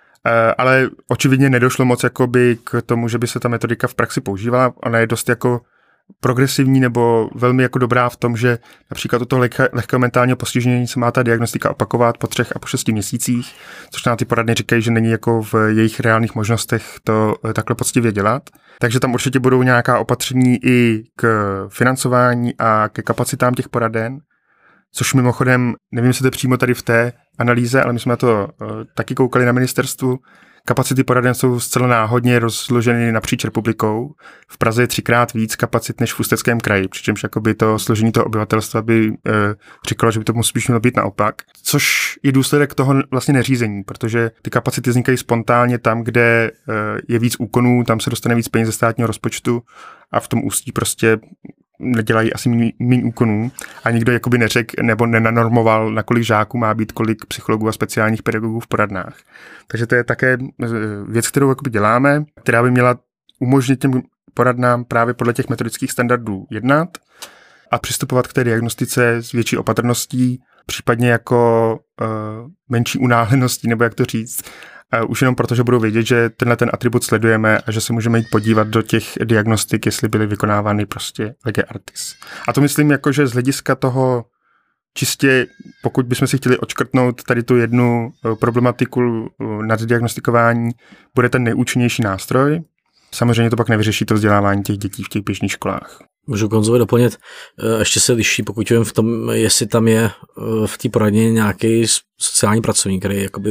ale očividně nedošlo moc jakoby k tomu, že by se ta metodika v praxi používala. Ona je dost jako progresivní nebo velmi jako dobrá v tom, že například u toho lehkého mentálního postižení se má ta diagnostika opakovat po 3 a po 6 měsících, což nám ty poradny říkají, že není jako v jejich reálných možnostech to takhle poctivě dělat. Takže tam určitě budou nějaká opatření i k financování a ke kapacitám těch poraden, což mimochodem, nevím, jestli to je přímo tady v té analýze, ale my jsme na to taky koukali na ministerstvu. Kapacity poraden jsou zcela náhodně rozloženy napříč republikou. V Praze je 3x víc kapacit než v Ústeckém kraji, přičemž jakoby to složení toho obyvatelstva by říkalo, že by to spíš mělo být naopak. Což je důsledek toho vlastně neřízení, protože ty kapacity vznikají spontánně tam, kde je víc úkonů, tam se dostane víc peněz ze státního rozpočtu a v tom Ústí prostě nedělají asi méně úkonů a nikdo jakoby neřekl nebo nenanormoval, na kolik žáků má být kolik psychologů a speciálních pedagogů v poradnách. Takže to je také věc, kterou jakoby děláme, která by měla umožnit těm poradnám právě podle těch metodických standardů jednat a přistupovat k té diagnostice s větší opatrností, případně jako menší unáhleností, nebo jak to říct, už jenom proto, že budou vědět, že ten atribut sledujeme a že se můžeme jít podívat do těch diagnostik, jestli byly vykonávány prostě lege artis. A to myslím jako, že z hlediska toho čistě, pokud bychom si chtěli odškrtnout tady tu jednu problematiku naddiagnostikování, bude ten nejúčinnější nástroj. Samozřejmě to pak nevyřeší to vzdělávání těch dětí v těch běžných školách. Můžu Konzovi doplnit, ještě se liší, pokud vím v tom, jestli tam je v té poradně nějaký sociální pracovník, který jakoby,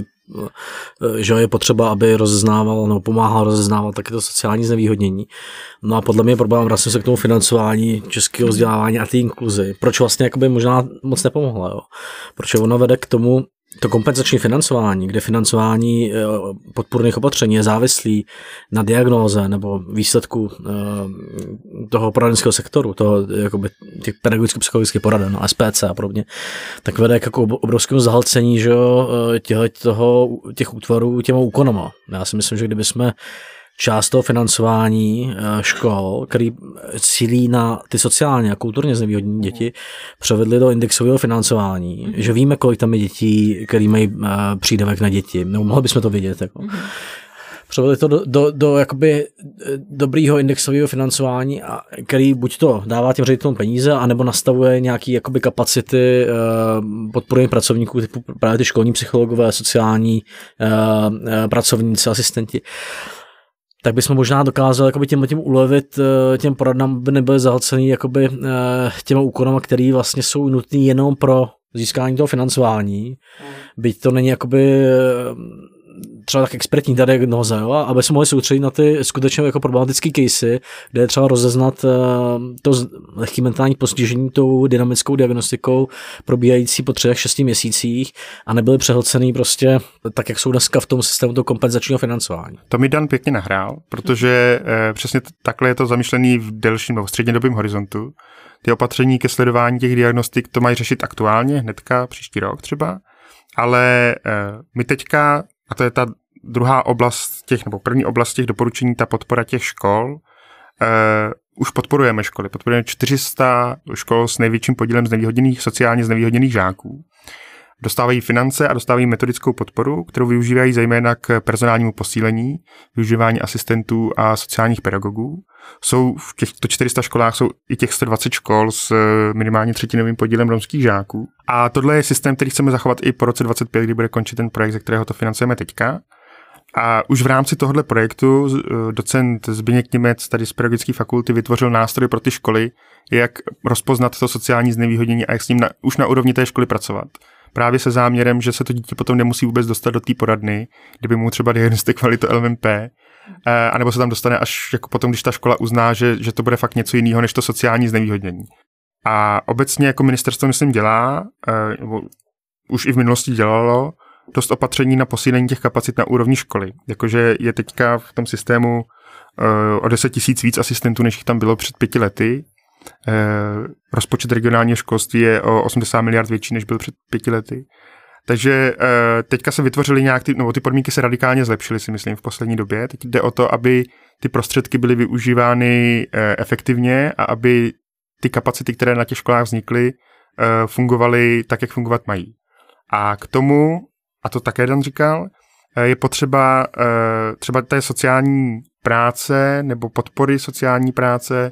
že je potřeba, aby rozeznával nebo pomáhal rozeznávat taky to sociální znevýhodnění. No a podle mě problém, vracím se k tomu financování českého vzdělávání a té inkluzi. Proč vlastně jakoby možná moc nepomohla, jo? Protože ono vede k tomu, to kompenzační financování, kde financování podpůrných opatření je závislý na diagnóze nebo výsledku toho poradenského sektoru, toho, jakoby, těch pedagogicko-psychologických poraden, SPC a podobně, tak vede k jako obrovskému zahlcení, že těch útvarů těma úkonama. Já si myslím, že kdyby jsme část toho financování škol, který cílí na ty sociálně a kulturně znevýhodněné děti, převedli do indexového financování, že víme, kolik tam je dětí, který mají přídavek na děti, nebo mohli bychom to vidět. Jako. Převedli to do jakoby dobrýho indexového financování, který buď to dává těm ředitelům peníze, anebo nastavuje nějaký jakoby kapacity podporných pracovníků, typu právě ty školní psychologové, sociální pracovníci, asistenti. Tak bychom možná dokázali jakoby tím ulevit těm poradnám, by nebyly zahlcený jakoby těma úkonama, které vlastně jsou nutné jenom pro získání toho financování. Byť to není jakoby třeba tak expertní ta diagnoza, jo? Aby se mohli soustředit na ty skutečně jako problematické casey, kde je třeba rozeznat to lehké mentální postižení tou dynamickou diagnostikou probíhající po 3-6 měsících a nebyly přehlcený prostě tak, jak jsou dneska v tom systému toho kompenzačního financování. To mi Dan pěkně nahrál, protože přesně takhle je to zamýšlený v delším nebo střednědobém horizontu. Ty opatření ke sledování těch diagnostik to mají řešit aktuálně, hnedka příští rok třeba, ale my teďka, a to je ta druhá oblast nebo první oblast těch doporučení, ta podpora těch škol, už podporujeme školy. Podporujeme 400 škol s největším podílem sociálně znevýhodněných žáků. Dostávají finance a dostávají metodickou podporu, kterou využívají zejména k personálnímu posílení, využívání asistentů a sociálních pedagogů. Jsou v těchto 400 školách jsou i těch 120 škol s minimálně třetinovým podílem romských žáků. A tohle je systém, který chceme zachovat i po roce 2025, kdy bude končit ten projekt, ze kterého to financujeme teďka. A už v rámci tohoto projektu docent Zbyněk Němec tady z pedagogické fakulty vytvořil nástroj pro ty školy, jak rozpoznat to sociální znevýhodnění a jak s ním už na úrovni té školy pracovat. Právě se záměrem, že se to dítě potom nemusí vůbec dostat do té poradny, kdyby mu třeba diagnostikovali to LMP, anebo se tam dostane až jako potom, když ta škola uzná, že to bude fakt něco jiného než to sociální znevýhodnění. A obecně jako ministerstvo, myslím, dělá, nebo už i v minulosti dělalo, dost opatření na posílení těch kapacit na úrovni školy. Jakože je teďka v tom systému o 10 000 víc asistentů, než jich tam bylo před 5 lety. Rozpočet regionálního školství je o 80 miliard větší, než byl před 5 lety. Takže teďka se vytvořily nějak ty podmínky se radikálně zlepšily, si myslím, v poslední době. Teď jde o to, aby ty prostředky byly využívány efektivně a aby ty kapacity, které na těch školách vznikly, fungovaly tak, jak fungovat mají. A k tomu, a to také Dan říkal, je potřeba třeba té sociální práce nebo podpory sociální práce,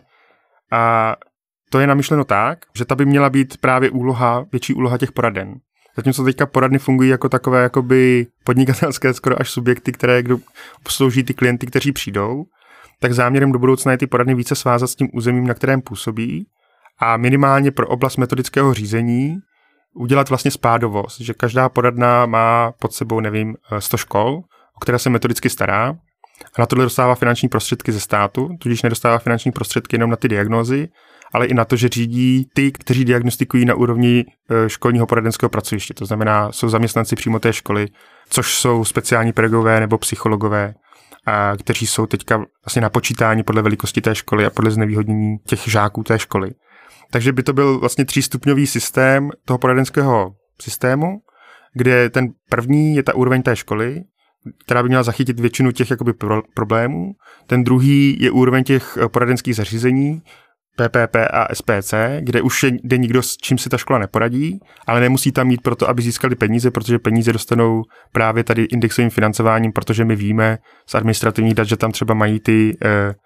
a to je namyšleno tak, že ta by měla být právě větší úloha těch poraden. Zatímco teďka poradny fungují jako takové jakoby podnikatelské skoro až subjekty, které obslouží ty klienty, kteří přijdou, tak záměrem do budoucna je ty poradny více svázat s tím územím, na kterém působí, a minimálně pro oblast metodického řízení udělat vlastně spádovost, že každá poradna má pod sebou, 100 škol, o které se metodicky stará, a na tohle dostává finanční prostředky ze státu, tudíž nedostává finanční prostředky jenom na ty diagnózy, ale i na to, že řídí ty, kteří diagnostikují na úrovni školního poradenského pracoviště. To znamená, jsou zaměstnanci přímo té školy, což jsou speciální pedagogové nebo psychologové, kteří jsou teďka vlastně na počítání podle velikosti té školy a podle znevýhodnění těch žáků té školy. Takže by to byl vlastně 3stupňový systém toho poradenského systému, kde ten první je ta úroveň té školy, která by měla zachytit většinu těch jakoby problémů. Ten druhý je úroveň těch poradenských zařízení, PPP a SPC, kde už jde nikdo, s čím si ta škola neporadí, ale nemusí tam mít proto, aby získali peníze, protože peníze dostanou právě tady indexovým financováním, protože my víme z administrativních dat, že tam třeba mají ty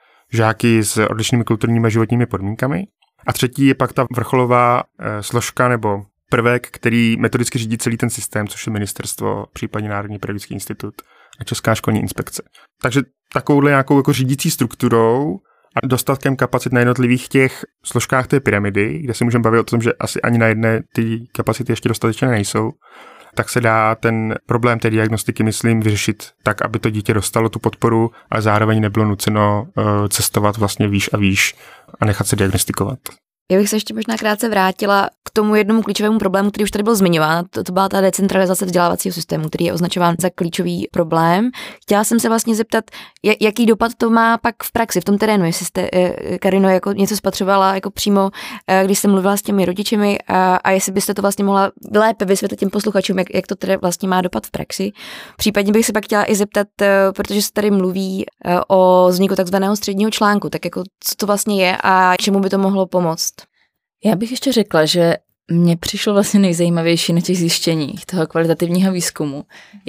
žáky s odlišnými kulturními a životními podmínkami. A třetí je pak ta vrcholová složka nebo prvek, který metodicky řídí celý ten systém, což je ministerstvo, případně Národní pedagogický institut a Česká školní inspekce. Takže takovouhle nějakou jako řídící strukturou a dostatkem kapacit na jednotlivých těch složkách té pyramidy, kde si můžeme bavit o tom, že asi ani na jedné ty kapacity ještě dostatečně nejsou, tak se dá ten problém té diagnostiky, myslím, vyřešit tak, aby to dítě dostalo tu podporu, ale zároveň nebylo nuceno cestovat vlastně výš a výš a nechat se diagnostikovat. Já bych se ještě možná krátce vrátila k tomu jednomu klíčovému problému, který už tady byl zmiňován. To byla ta decentralizace vzdělávacího systému, který je označován za klíčový problém. Chtěla jsem se vlastně zeptat, jaký dopad to má pak v praxi, v tom terénu, jestli jste, Karino, jako něco spatřovala jako přímo, když jste mluvila s těmi rodičemi a jestli byste to vlastně mohla lépe vysvětlit těm posluchačům, jak to tedy vlastně má dopad v praxi. Případně bych se pak chtěla i zeptat, protože se tady mluví o vzniku takzvaného středního článku, tak jako co to vlastně je a čemu by to mohlo pomoct. Já bych ještě řekla, že mně přišlo vlastně nejzajímavější na těch zjištěních toho kvalitativního výzkumu,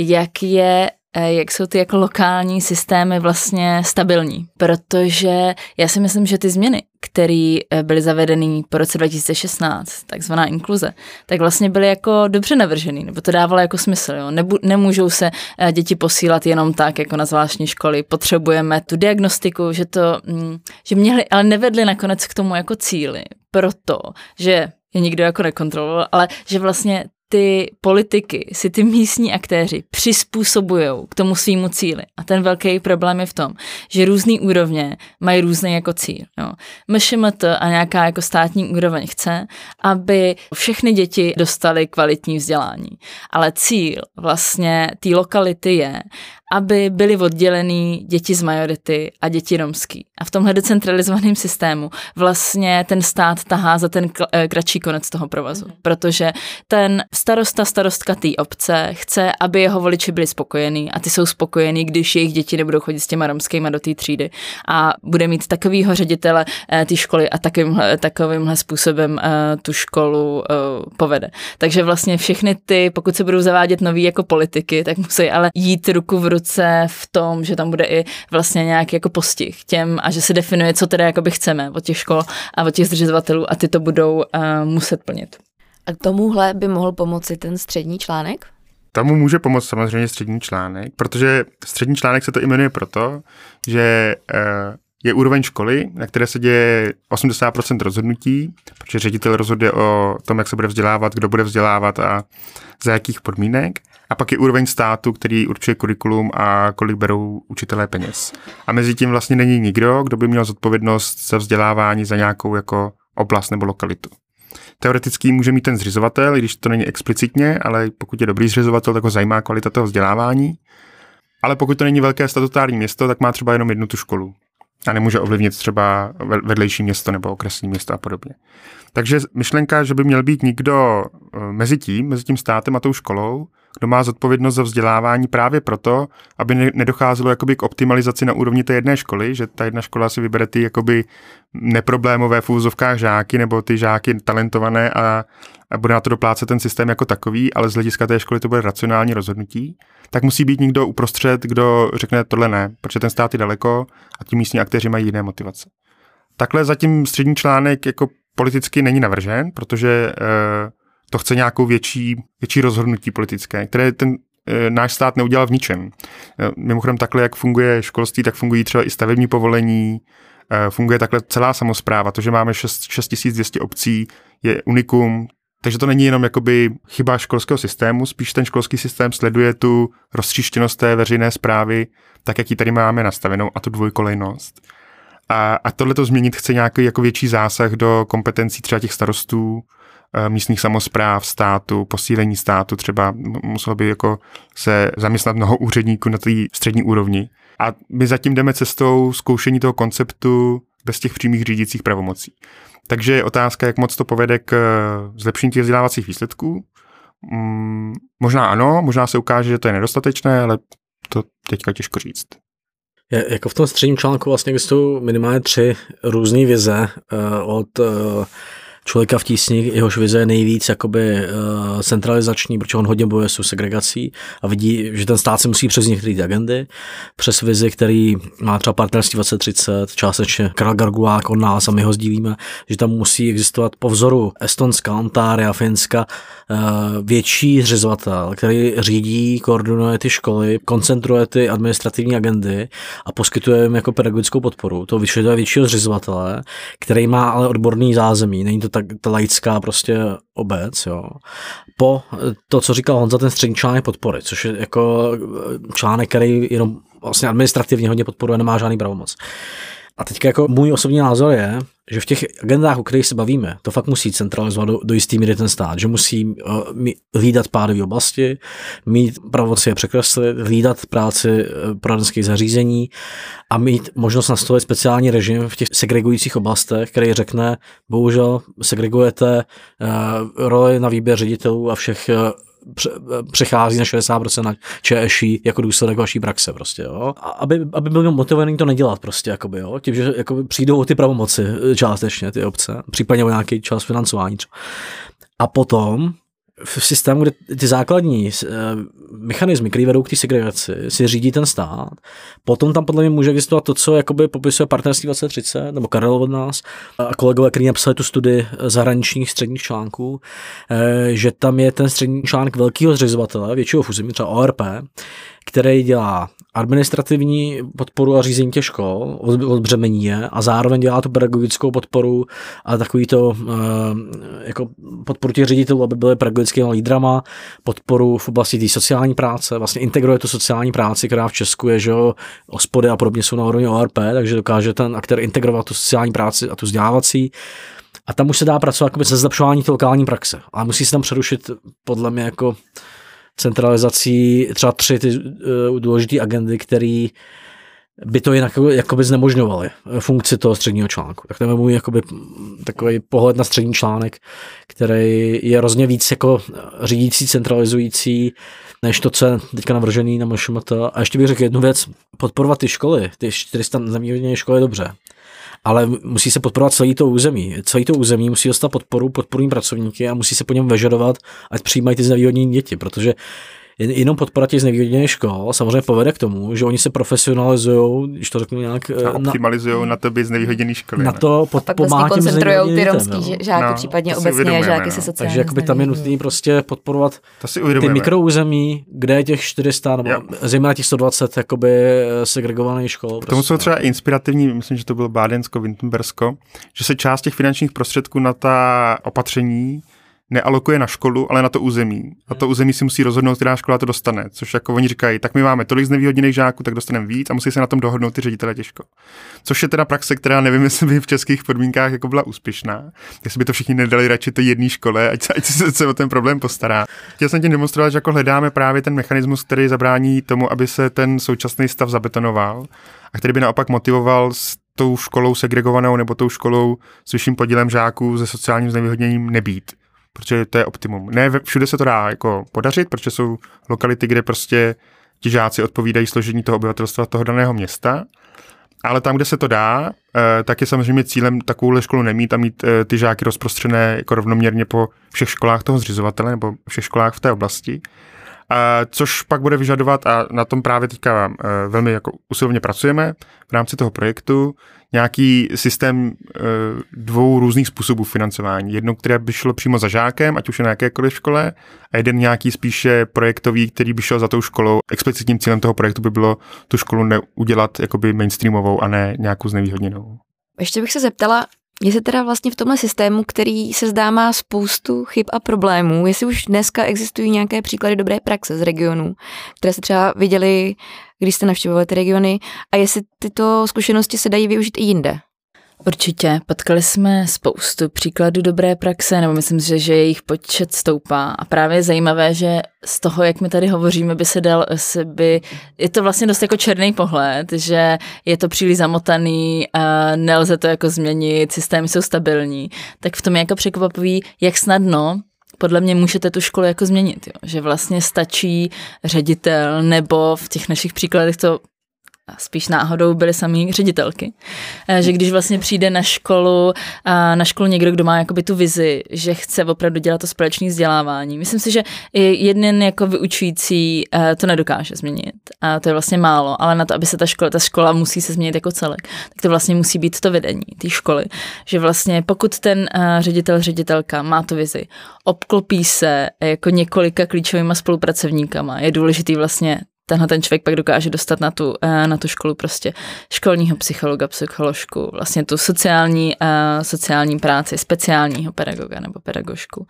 jak jsou ty jako lokální systémy vlastně stabilní, protože já si myslím, že ty změny, které byly zavedeny po roce 2016, takzvaná inkluze, tak vlastně byly jako dobře navržený, nebo to dávalo jako smysl. Jo? Nemůžou se děti posílat jenom tak, jako na zvláštní školy. Potřebujeme tu diagnostiku, že měli, ale nevedli nakonec k tomu jako cíli, protože je nikdo jako nekontroloval, ale že vlastně ty politiky si ty místní aktéři přizpůsobujou k tomu svýmu cíli. A ten velký problém je v tom, že různý úrovně mají různý jako cíl. Jo. MŠMT a nějaká jako státní úroveň chce, aby všechny děti dostaly kvalitní vzdělání. Ale cíl vlastně té lokality je, aby byly oddělený děti z majority a děti romský. A v tomhle decentralizovaném systému vlastně ten stát tahá za ten kratší konec toho provazu, protože ten starostka té obce chce, aby jeho voliči byli spokojení a ty jsou spokojení, když jejich děti nebudou chodit s těma romskýma do té třídy a bude mít takovýho ředitele té školy a takovýmhle způsobem tu školu povede. Takže vlastně všechny ty, pokud se budou zavádět nový jako politiky, tak musí ale jít ruku v ruce v tom, že tam bude i vlastně nějaký jako postih těm a že se definuje, co teda jakoby chceme od těch škol a od těch zřizovatelů a ty to budou muset plnit. A k tomuhle by mohl pomoci ten střední článek? Tomu může pomoct samozřejmě střední článek, protože střední článek se to jmenuje proto, že je úroveň školy, na které se děje 80% rozhodnutí, protože ředitel rozhoduje o tom, jak se bude vzdělávat, kdo bude vzdělávat a za jakých podmínek. A pak je úroveň státu, který určuje kurikulum a kolik berou učitelé peněz. A mezi tím vlastně není nikdo, kdo by měl zodpovědnost za vzdělávání za nějakou jako oblast nebo lokalitu. Teoreticky může mít ten zřizovatel, i když to není explicitně, ale pokud je dobrý zřizovatel, tak ho zajímá kvalita toho vzdělávání. Ale pokud to není velké statutární město, tak má třeba jenom jednu tu školu. A nemůže ovlivnit třeba vedlejší město nebo okresní město a podobně. Takže myšlenka, že by měl být někdo mezi tím státem a tou školou, kdo má zodpovědnost za vzdělávání právě proto, aby nedocházelo jakoby k optimalizaci na úrovni té jedné školy, že ta jedna škola si vybere ty jakoby neproblémové v úvozovkách žáky nebo ty žáky talentované a bude na to doplácet ten systém jako takový, ale z hlediska té školy to bude racionální rozhodnutí, tak musí být někdo uprostřed, kdo řekne tohle ne, protože ten stát je daleko a ti místní aktéři mají jiné motivace. Takhle zatím střední článek jako politicky není navržen, protože to chce nějakou větší rozhodnutí politické, které ten náš stát neudělal v ničem. Mimochodem takhle, jak funguje školství, tak fungují třeba i stavební povolení, funguje takhle celá samospráva. To, že máme 6200 obcí, je unikum, takže to není jenom jakoby chyba školského systému, spíš ten školský systém sleduje tu roztříštěnost té veřejné správy, tak, jak ji tady máme nastavenou, a tu dvojkolejnost. A tohle to změnit chce nějaký jako větší zásah do kompetencí třeba těch starostů, místních samospráv, státu, posílení státu, třeba muselo by jako se zaměstnat mnoho úředníků na té střední úrovni. A my zatím jdeme cestou zkoušení toho konceptu bez těch přímých řídících pravomocí. Takže je otázka, jak moc to povede k zlepšení těch vzdělávacích výsledků. Možná ano, možná se ukáže, že to je nedostatečné, ale to teďka těžko říct. Jako v tom středním článku vlastně existují minimálně 3 různé vize od Člověka v tísni, jehož vize je nejvíc jakoby centralizační, protože on hodně bojuje s segregací a vidí, že ten stát se musí přes některé ty agendy, přes vizi, který má třeba partnerství 2030, částečně Karel Gargulák od nás a my ho sdílíme, že tam musí existovat po vzoru Estonska, Ontária, Finska větší zřizovatel, který řídí, koordinuje ty školy, koncentruje ty administrativní agendy a poskytuje jim jako pedagogickou podporu. To vyžaduje většího zřizovatele, který má ale odborný zázemí. Není to ta laická prostě obec, jo. Po to, co říkal Honza, ten střední článek podpory, což je jako článek, který jenom vlastně administrativně hodně podporuje, nemá žádný pravomoc. A teďka jako můj osobní názor je, že v těch agendách, o kterých se bavíme, to fakt musí centralizovat do jistý míry ten stát, že musí hlídat pádové oblasti, mít pravomoci je překreslit, hlídat práci poradenských zařízení a mít možnost nastavit speciální režim v těch segregujících oblastech, který řekne, bohužel segregujete roli na výběr ředitelů a všech přechází na 60% na ČŠI jako důsledek vaší praxe prostě, jo. Aby byl motivovaný to nedělat prostě, jakoby, jo. Tím, že jakoby přijdou o ty pravomoci částečně ty obce, případně o nějaký čas financování třeba. A potom v systému, kde ty základní mechanismy, které vedou k té segregaci, si řídí ten stát, potom tam podle mě může existovat to, co jakoby popisuje partnerství 2030, nebo Karel od nás a kolegové, kteří napsali tu studii zahraničních středních článků, že tam je ten střední článek velkého zřizovatele, většího fuzemi, třeba ORP, který dělá administrativní podporu a řízení těch škol, odbřemení je a zároveň dělá tu pedagogickou podporu a takový to jako podporu těch ředitelů, aby byly pedagogickými lídrama, podporu v oblasti té sociální práce, vlastně integruje tu sociální práci, která v Česku je, že jo, hospody a podobně jsou na úrovni ORP, takže dokáže ten aktér integrovat tu sociální práci a tu vzdělávací. A tam už se dá pracovat se zlepšování té lokální praxe, ale musí se tam přerušit podle mě jako centralizací třeba 3 ty důležité agendy, které by to jinak jakoby znemožňovaly funkci toho středního článku. Tak to je můj jakoby takový pohled na střední článek, který je hrozně víc jako řídící, centralizující, než to, co je teďka navržený na MŠMT. A ještě bych řekl jednu věc, podporovat ty školy, ty 400 znevýhodněné školy je dobře, ale musí se podporovat celé to území. Celé to území musí dostat podporní pracovníky a musí se po něm vyžadovat, ať přijímají ty znevýhodněné děti, protože jenom podpora těch znevýhodněných škol samozřejmě povede k tomu, že oni se profesionalizují, když to řeknu nějak... A optimalizují na to být znevýhodněný školy. A pak vlastně koncentrují ty romský žáky, případně obecně žáky se sociálně. Takže jakoby tam je nutný prostě podporovat ty mikroúzemí, kde je těch 400 nebo zejména těch 120 jakoby segregovaných škol. K tomu jsou třeba inspirativní, myslím, že to bylo Bádensko, Württembersko, že se část těch finančních prostředků na ta opatření nealokuje na školu, ale na to území. A to území si musí rozhodnout, která škola to dostane. Což jako oni říkají, tak my máme tolik znevýhodněných žáků, tak dostaneme víc a musí se na tom dohodnout ty ředitelé těch škol. Což je teda praxe, která nevím, jestli by v českých podmínkách jako byla úspěšná. Jestli by to všichni nedali radši té jedné škole, ať se o ten problém postará. Chtěl jsem tím demonstrovat, že jako hledáme právě ten mechanismus, který zabrání tomu, aby se ten současný stav zabetonoval a který by naopak motivoval s tou školou segregovanou nebo tou školou s vyšším podílem žáků se sociálním znevýhodněním nebýt. Protože to je optimum. Ne všude se to dá jako podařit, protože jsou lokality, kde prostě ti žáci odpovídají složení toho obyvatelstva toho daného města, ale tam, kde se to dá, tak je samozřejmě cílem takovouhle školu nemít a mít ty žáky rozprostřené jako rovnoměrně po všech školách toho zřizovatele nebo všech školách v té oblasti. Což pak bude vyžadovat, a na tom právě teďka velmi jako usilovně pracujeme v rámci toho projektu, nějaký systém 2 různých způsobů financování. Jedno, které by šlo přímo za žákem, ať už je na jakékoliv škole, a jeden nějaký spíše projektový, který by šel za tou školou. Explicitním cílem toho projektu by bylo tu školu udělat jakoby mainstreamovou a ne nějakou znevýhodněnou. Ještě bych se zeptala, jestli teda vlastně v tomhle systému, který se zdá má spoustu chyb a problémů, jestli už dneska existují nějaké příklady dobré praxe z regionů, které se třeba viděli, když jste navštěvovali ty regiony, a jestli tyto zkušenosti se dají využít i jinde. Určitě, potkali jsme spoustu příkladů dobré praxe, nebo myslím si, že jejich počet stoupá. A právě je zajímavé, že z toho, jak my tady hovoříme, je to vlastně dost jako černý pohled, že je to příliš zamotaný, nelze to jako změnit, systémy jsou stabilní. Tak v tom je jako překvapivý, jak snadno podle mě můžete tu školu jako změnit. Jo? Že vlastně stačí ředitel, nebo v těch našich příkladech to spíš náhodou byly samý ředitelky. Že když vlastně přijde na školu někdo, kdo má jakoby tu vizi, že chce opravdu dělat to společné vzdělávání. Myslím si, že jeden jako vyučující to nedokáže změnit. A to je vlastně málo, ale na to, aby se ta škola musí se změnit jako celek, tak to vlastně musí být to vedení té školy. Že vlastně pokud ten ředitelka má tu vizi, obklopí se jako několika klíčovýma spolupracovníkama, je důležitý vlastně ten člověk pak dokáže dostat na tu školu prostě školního psychologa, psycholožku, vlastně tu sociální práci, speciálního pedagoga nebo pedagožku.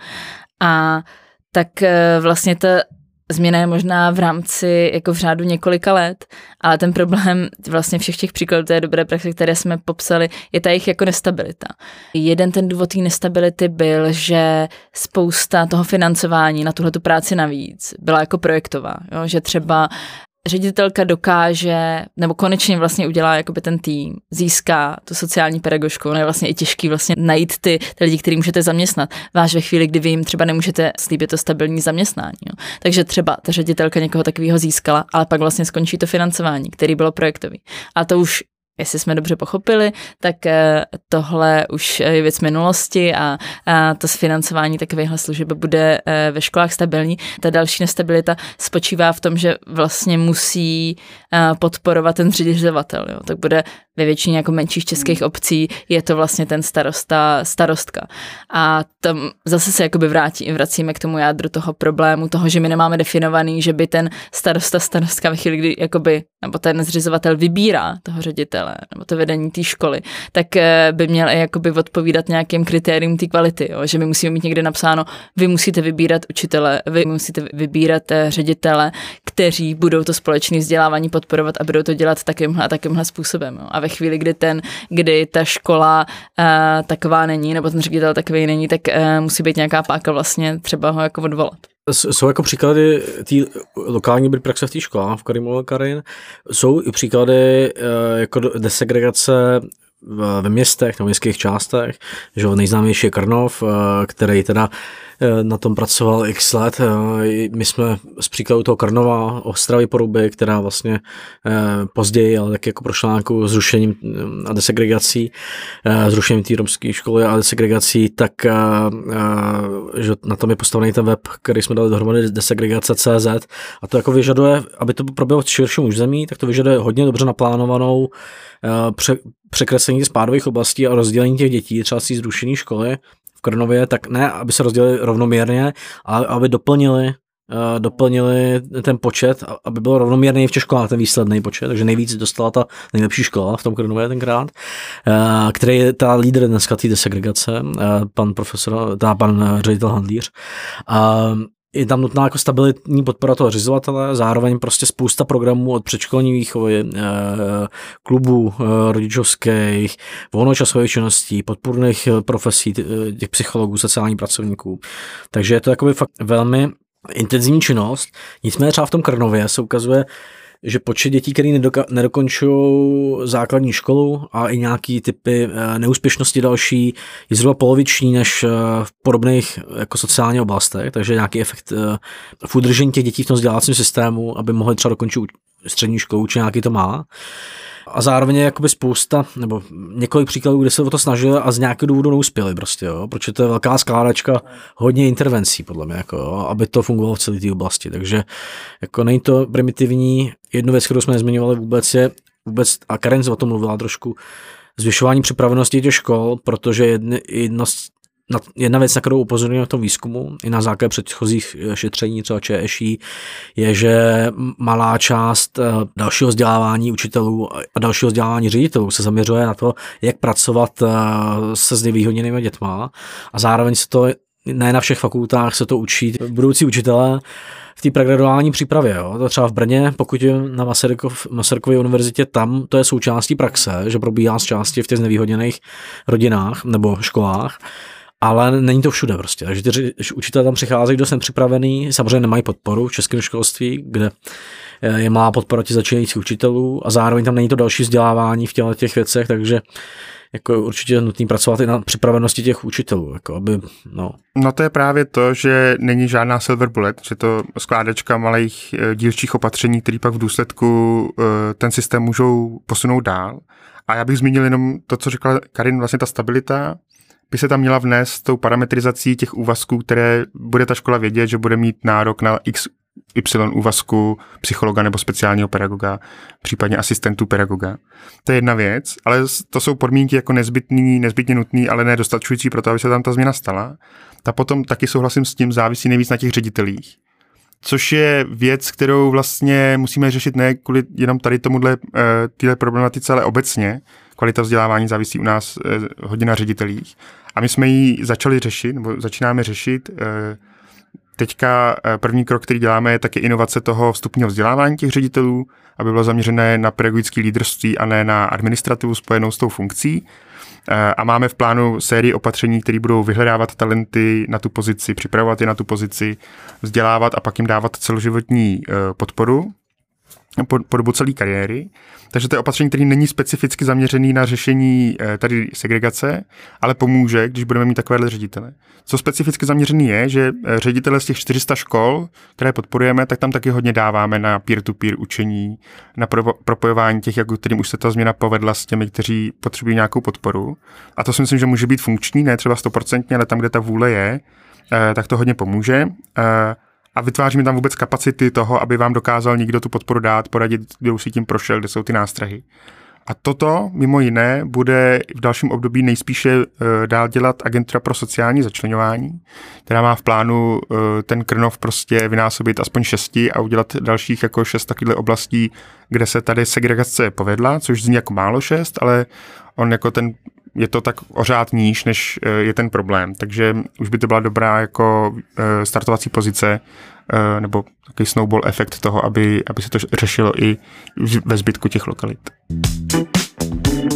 A tak vlastně ta změna je možná v řádu několika let, ale ten problém vlastně všech těch příkladů té dobré praxe, které jsme popsali, je ta jejich jako nestabilita. Jeden ten důvod té nestability byl, že spousta toho financování na tuhletu práci navíc byla jako projektová, jo? Že třeba ředitelka dokáže, nebo konečně vlastně udělá jakoby ten tým, získá tu sociální pedagožku, ono je vlastně i těžký vlastně najít ty lidi, který můžete zaměstnat. Váš ve chvíli, kdy vy jim třeba nemůžete slíbit to stabilní zaměstnání. Jo. Takže třeba ta ředitelka někoho takového získala, ale pak vlastně skončí to financování, který bylo projektový. A to už, jestli jsme dobře pochopili, tak tohle už je věc minulosti a to financování takovýchhle služeb bude ve školách stabilní. Ta další nestabilita spočívá v tom, že vlastně musí podporovat ten zřizovatel. Jo. Tak bude ve většině jako menších českých obcí, je to vlastně ten starostka. A tam zase se jakoby vracíme k tomu jádru toho problému, toho, že my nemáme definovaný, že by ten starostka ve chvíli, kdy jakoby, nebo ten zřizovatel vybírá toho ředitele, nebo to vedení té školy, tak by měl i jakoby odpovídat nějakým kritériům té kvality, jo? Že my musíme mít někde napsáno, vy musíte vybírat učitele, vy musíte vybírat ředitele, kteří budou to společné vzdělávání podporovat a budou to dělat takýmhle způsobem. Jo? A ve ve chvíli, kdy ta škola taková není, nebo ten ředitel takový není, tak musí být nějaká páka vlastně třeba ho jako odvolat. Jsou jako příklady té lokální praxe v té škole, v Karimové Karin. Jsou i příklady jako desegregace ve městech, na městských částech, že nejznámější je Krnov, který teda na tom pracoval x let. My jsme z příkladu toho Krnova, Ostravy Poruby, která vlastně později, ale tak jako prošla nějakou zrušením a desegregací, zrušením té romské školy a desegregací, tak že na tom je postavený ten web, který jsme dali dohromady desegregace.cz a to jako vyžaduje, aby to proběhlo v širším území, tak to vyžaduje hodně dobře naplánovanou překreslení spádových oblastí a rozdělení těch dětí, třeba z zrušené školy v Krnově, tak ne, aby se rozdělili rovnoměrně, ale aby doplnili ten počet, aby byl rovnoměrný v těch školách ten výsledný počet, takže nejvíc dostala ta nejlepší škola v tom Krnově tenkrát, který je ta lídr dneska té desegregace, pan ředitel Handlíř. Je tam nutná jako stabilní podpora toho řizovatele, zároveň prostě spousta programů od předškolní výchovy, klubů rodičovských, volnočasových činností, podpůrných profesí, těch psychologů, sociálních pracovníků. Takže je to jakoby fakt velmi intenzivní činnost. Nicméně třeba v tom Krnově se ukazuje, že počet dětí, který nedokončují základní školu a i nějaký typy neúspěšnosti další, je zhruba poloviční než v podobných jako sociálních oblastech, takže nějaký efekt v udržení těch dětí v tom vzdělávacím systému, aby mohli třeba dokončit střední školu, či nějaký to má. A zároveň je jakoby spousta, nebo několik příkladů, kde se o to snažili a z nějakého důvodu neuspěli prostě, jo, protože to je velká skládačka hodně intervencí, podle mě, jako, jo, aby to fungovalo v celé té oblasti, takže jako není to primitivní. Jednu věc, kterou jsme nezmiňovali vůbec, a Karen o tom mluvila trošku, zvyšování připravenosti těch škol, protože jedna věc, na kterou upozorňujeme v tom výzkumu, i na základě předchozích šetření, třeba ČŠI, je, že malá část dalšího vzdělávání učitelů a dalšího vzdělávání ředitelů se zaměřuje na to, jak pracovat se znevýhodněnými dětma a zároveň se to ne na všech fakultách se to učí budoucí učitelé v té pregraduální přípravě. Jo. To třeba v Brně, pokud je na Masarykově univerzitě, tam to je součástí praxe, že probíhá z části v těch znevýhodněných rodinách nebo školách, ale není to všude prostě. Takže ty učitelé tam přicházejí dost nepřipravený, samozřejmě nemají podporu v českém školství, kde je malá podpora těch začínajících učitelů a zároveň tam není to další vzdělávání v těch věcech, takže jako určitě je nutný pracovat i na připravenosti těch učitelů. Jako aby, No to je právě to, že není žádná silver bullet, že to skládačka malých dílčích opatření, které pak v důsledku ten systém můžou posunout dál. A já bych zmínil jenom to, co řekla Karin, vlastně ta stabilita by se tam měla vnést tou parametrizací těch úvazků, které bude ta škola vědět, že bude mít nárok na XY úvazku psychologa nebo speciálního pedagoga, případně asistentů pedagoga. To je jedna věc, ale to jsou podmínky jako nezbytně nutný, ale nedostačující pro to, aby se tam ta změna stala. Ta potom taky souhlasím s tím, závisí nejvíc na těch ředitelích. Což je věc, kterou vlastně musíme řešit ne kvůli jenom tady téhle problematice, ale obecně. Kvalita vzdělávání závisí u nás hodně na ředitelích. A my jsme ji začali řešit, nebo začínáme řešit. Teďka první krok, který děláme, je taky inovace toho vstupního vzdělávání těch ředitelů, aby bylo zaměřené na pedagogické lídrství a ne na administrativu spojenou s tou funkcí. A máme v plánu sérii opatření, které budou vyhledávat talenty na tu pozici, připravovat je na tu pozici, vzdělávat a pak jim dávat celoživotní podporu po dobu celé kariéry. Takže to je opatření, které není specificky zaměřený na řešení tady segregace, ale pomůže, když budeme mít takovéhle ředitele. Co specificky zaměřený je, že ředitele z těch 400 škol, které podporujeme, tak tam taky hodně dáváme na peer-to-peer učení, na propojování těch, kterým už se ta změna povedla s těmi, kteří potřebují nějakou podporu. A to si myslím, že může být funkční, ne třeba 100%, ale tam, kde ta vůle je, tak to hodně pomůže. A vytváříme tam vůbec kapacity toho, aby vám dokázal někdo tu podporu dát, poradit, kde už si tím prošel, kde jsou ty nástrahy. A toto, mimo jiné, bude v dalším období nejspíše dál dělat Agentura pro sociální začleňování, která má v plánu ten Krnov prostě vynásobit aspoň 6 a udělat dalších jako 6 takových oblastí, kde se tady segregace povedla, což zní jako málo 6, ale on jako je to tak o řád níž, než je ten problém. Takže už by to byla dobrá jako startovací pozice nebo takový snowball efekt toho, aby se to řešilo i ve zbytku těch lokalit.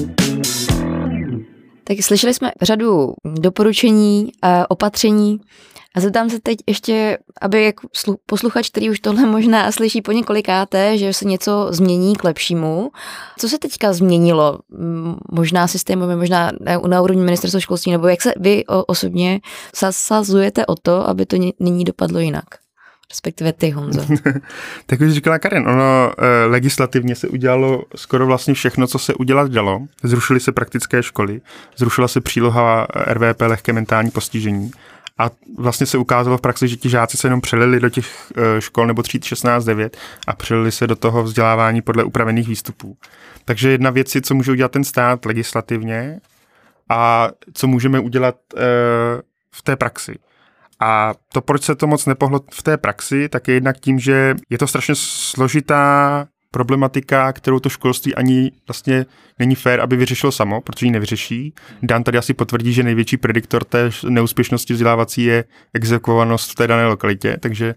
Tak slyšeli jsme řadu doporučení a opatření a zeptám se teď ještě, aby jako posluchač, který už tohle možná slyší po několikáté, že se něco změní k lepšímu. Co se teďka změnilo? Možná systémově, možná na úrovni ministerstva školství, nebo jak se vy osobně zasazujete o to, aby to nyní dopadlo jinak? Respektive ty, Honzo. Tak už říkala Karen, ono legislativně se udělalo skoro vlastně všechno, co se udělat dalo. Zrušily se praktické školy, zrušila se příloha RVP lehké mentální postižení a vlastně se ukázalo v praxi, že ti žáci se jenom přelili do těch škol nebo tříd 16-9 a přelili se do toho vzdělávání podle upravených výstupů. Takže jedna věc je, co může udělat ten stát legislativně a co můžeme udělat v té praxi. A to, proč se to moc nepohlo v té praxi, tak je jednak tím, že je to strašně složitá problematika, kterou to školství ani vlastně není fér, aby vyřešilo samo, protože ji nevyřeší. Dan tady asi potvrdí, že největší prediktor té neúspěšnosti vzdělávací je exekvovanost v té dané lokalitě, takže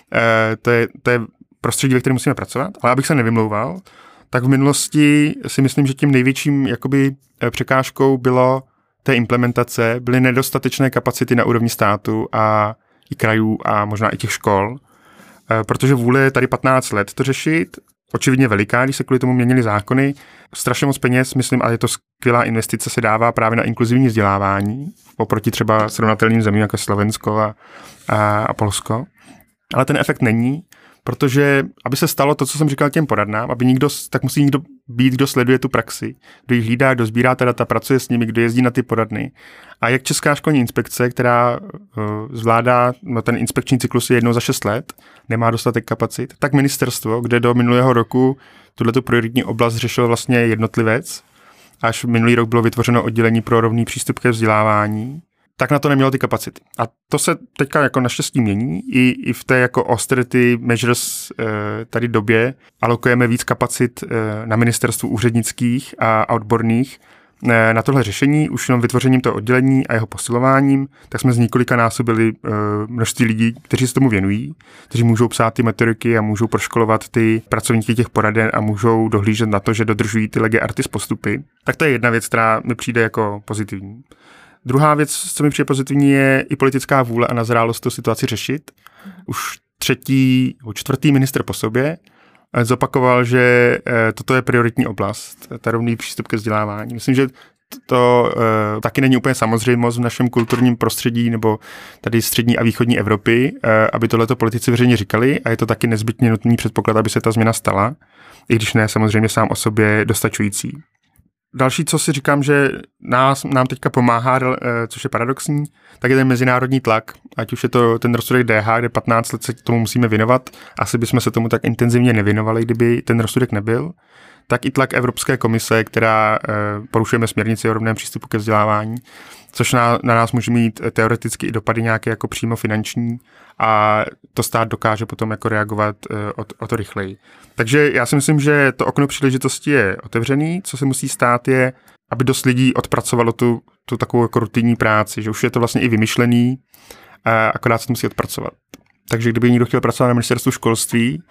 to je prostředí, ve kterém musíme pracovat. Ale abych se nevymlouval, tak v minulosti si myslím, že tím největším jakoby překážkou bylo té implementace, byly nedostatečné kapacity na úrovni státu a i krajů a možná i těch škol, protože vůle je tady 15 let to řešit, očividně veliká, když se kvůli tomu měnily zákony. Strašně moc peněz, myslím, ale je to skvělá investice, se dává právě na inkluzivní vzdělávání, oproti třeba srovnatelným zemím jako Slovensko a Polsko. Ale ten efekt není, protože aby se stalo to, co jsem říkal těm poradnám, tak musí někdo být, kdo sleduje tu praxi, kdo ji hlídá, kdo sbírá ta data, pracuje s nimi, kdo jezdí na ty poradny. A jak Česká školní inspekce, která zvládá, ten inspekční cyklus je jednou za 6 let, nemá dostatek kapacit, tak ministerstvo, kde do minulého roku tuhletu prioritní oblast řešil vlastně jednotlivec, až minulý rok bylo vytvořeno oddělení pro rovný přístup ke vzdělávání, tak na to nemělo ty kapacity. A to se teďka jako naštěstí mění. I v té jako austerity measures tady době alokujeme víc kapacit na ministerstvu úřednických a odborných na tohle řešení. Už jenom vytvořením toho oddělení a jeho posilováním, tak jsme z několika násobili množství lidí, kteří se tomu věnují, kteří můžou psát ty metodiky a můžou proškolovat ty pracovníky těch poraden a můžou dohlížet na to, že dodržují ty lege artis postupy. Tak to je jedna věc, která mi přijde jako pozitivní. Druhá věc, co mi přijde pozitivní, je i politická vůle a nazrálost tu situaci řešit. Už 4. ministr po sobě zopakoval, že toto je prioritní oblast, ta rovný přístup ke vzdělávání. Myslím, že to taky není úplně samozřejmost v našem kulturním prostředí nebo tady střední a východní Evropy, aby tohleto politici veřejně říkali a je to taky nezbytně nutný předpoklad, aby se ta změna stala, i když ne samozřejmě sám o sobě dostačující. Další, co si říkám, že nám teďka pomáhá, což je paradoxní, tak je ten mezinárodní tlak, ať už je to ten rozsudek DH, kde 15 let se tomu musíme věnovat, asi bychom se tomu tak intenzivně nevěnovali, kdyby ten rozsudek nebyl, tak i tlak Evropské komise, která porušujeme směrnici o rovném přístupu ke vzdělávání, což na nás může mít teoreticky i dopady nějaké jako přímo finanční a to stát dokáže potom jako reagovat o to rychleji. Takže já si myslím, že to okno příležitosti je otevřený, co se musí stát je, aby dost lidí odpracovalo tu takovou jako rutinní práci, že už je to vlastně i vymyšlený, akorát se to musí odpracovat. Takže kdyby někdo chtěl pracovat na ministerstvu školství,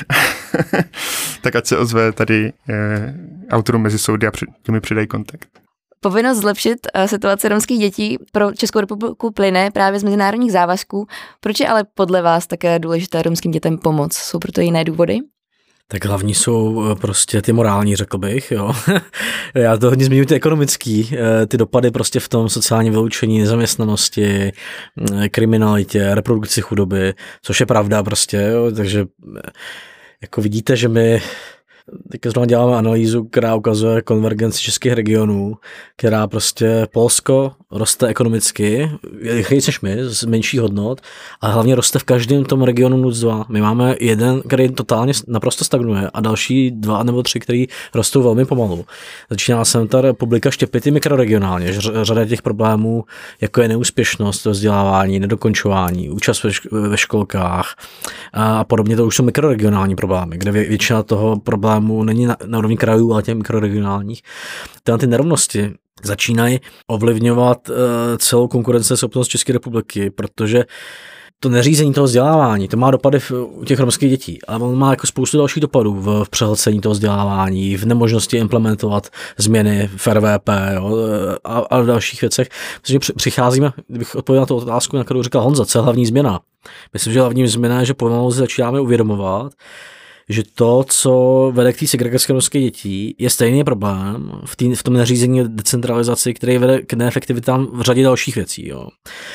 tak ať se ozve tady autorům Mezi soudy a těmi přidají kontakt. Povinnost zlepšit situaci romských dětí pro Českou republiku plyne právě z mezinárodních závazků. Proč je ale podle vás také důležité romským dětem pomoct? Jsou proto jiné důvody? Tak hlavní jsou prostě ty morální, řekl bych, jo. Já to hodně zmiňuji ty ekonomický, ty dopady prostě v tom sociální vyloučení, nezaměstnanosti, kriminalitě, reprodukci chudoby, což je pravda prostě, jo. Takže jako vidíte, že my teďka zrovna děláme analýzu, která ukazuje konvergenci českých regionů, která prostě Polsko roste ekonomicky, rychleji než my, z menších hodnot, ale hlavně roste v každém tom regionu NUTS 2. My máme jeden, který totálně naprosto stagnuje a další 2 nebo 3, který rostou velmi pomalu. Začínala jsem ta republika štěpit i mikroregionálně. Řada těch problémů, jako je neúspěšnost, vzdělávání, nedokončování, účast ve školkách a podobně, to už jsou mikroregionální problémy, kde většina toho problému není na úrovni krajů, ale těch mikroregionálních. Ty nerovnosti začínají ovlivňovat celou konkurenceschopnost České republiky, protože to neřízení toho vzdělávání, to má dopady u těch romských dětí, ale on má jako spoustu dalších dopadů v přehlcení toho vzdělávání, v nemožnosti implementovat změny v RVP, jo, a v dalších věcech. Myslím, že přicházíme, kdybych odpověděl na tu otázku, na kterou říkal Honza, co je hlavní změna? Myslím, že hlavní změna je, že pomalu začínáme uvědomovat, že to, co vede k té segregaci romských dětí, je stejný problém v tom nařízení decentralizaci, který vede k neefektivitám v řadě dalších věcí. Jo,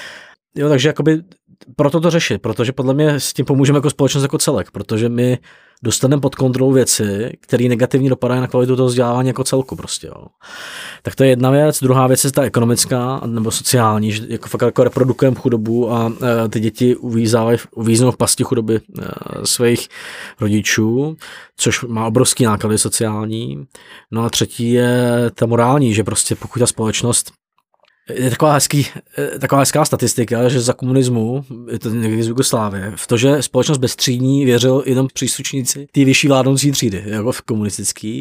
takže jakoby proto to řešit, protože podle mě s tím pomůžeme jako společnost jako celek, protože my dostaneme pod kontrolu věci, které negativně dopadají na kvalitu toho vzdělávání jako celku prostě. Jo. Tak to je jedna věc. Druhá věc je ta ekonomická nebo sociální, že jako fakt jako reprodukujeme chudobu a ty děti uvíznou v pasti chudoby svých rodičů, což má obrovský náklady sociální. No a třetí je ta morální, že prostě pokud ta společnost je taková hezká statistika, že za komunismu, je to někdy z Jugoslávie, v to, že společnost bezstřídní věřil jenom příslušníci té vyšší vládnoucí třídy, jako v komunistický.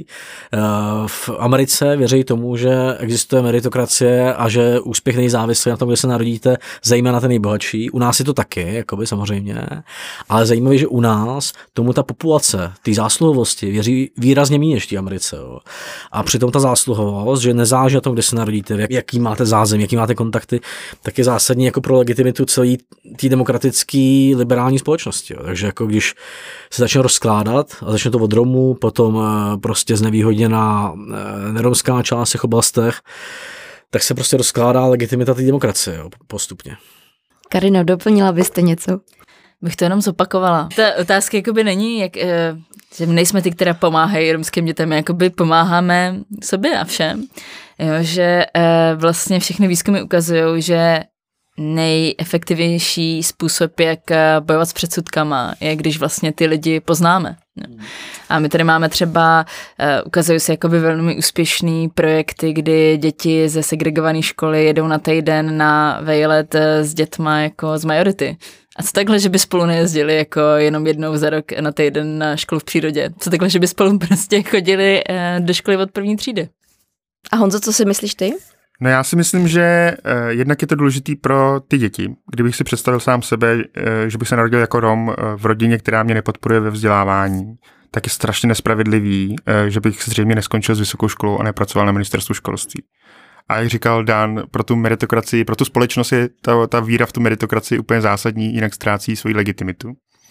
V Americe věří tomu, že existuje meritokracie a že úspěch není závislý na tom, kde se narodíte, zejména ten nejbohatší. U nás je to taky, jakoby samozřejmě, ale zajímavé, že u nás tomu ta populace, té zásluhovosti věří výrazně méně než v Americe. Jo. A přitom ta zásluhovost, že nezáleží na tom, kde se narodíte, jaký máte zázemí, jaký máte kontakty, tak je zásadní jako pro legitimitu celé té demokratické liberální společnosti. Jo. Takže jako když se začne rozkládat a začne to od Romů, potom prostě znevýhodněná neromská část v těch oblastech, tak se prostě rozkládá legitimita té demokracie, jo, postupně. Karino, doplnila byste něco? Bych to jenom zopakovala. Ta otázka jakoby není, že nejsme ty, která pomáhají romským dětem, jakoby pomáháme sobě a všem. Jo, že vlastně všechny výzkumy ukazují, že nejefektivnější způsob, jak bojovat s předsudkama, je, když vlastně ty lidi poznáme. A my tady máme třeba, ukazují se jakoby velmi úspěšný projekty, kdy děti ze segregované školy jedou na týden na vejlet s dětma jako z majority. A co takhle, že by spolu nejezdili jako jenom jednou za rok na týden na školu v přírodě? Co takhle, že by spolu prostě chodili do školy od první třídy? A Honzo, co si myslíš ty? No já si myslím, že jednak je to důležitý pro ty děti. Kdybych si představil sám sebe, že bych se narodil jako Rom v rodině, která mě nepodporuje ve vzdělávání, tak je strašně nespravedlivý, že bych zřejmě neskončil s vysokou školou a nepracoval na ministerstvu školství. A jak říkal Dan, pro tu meritokracii, pro tu společnost je ta víra v tu meritokracii úplně zásadní, jinak ztrácí svoji legitimitu.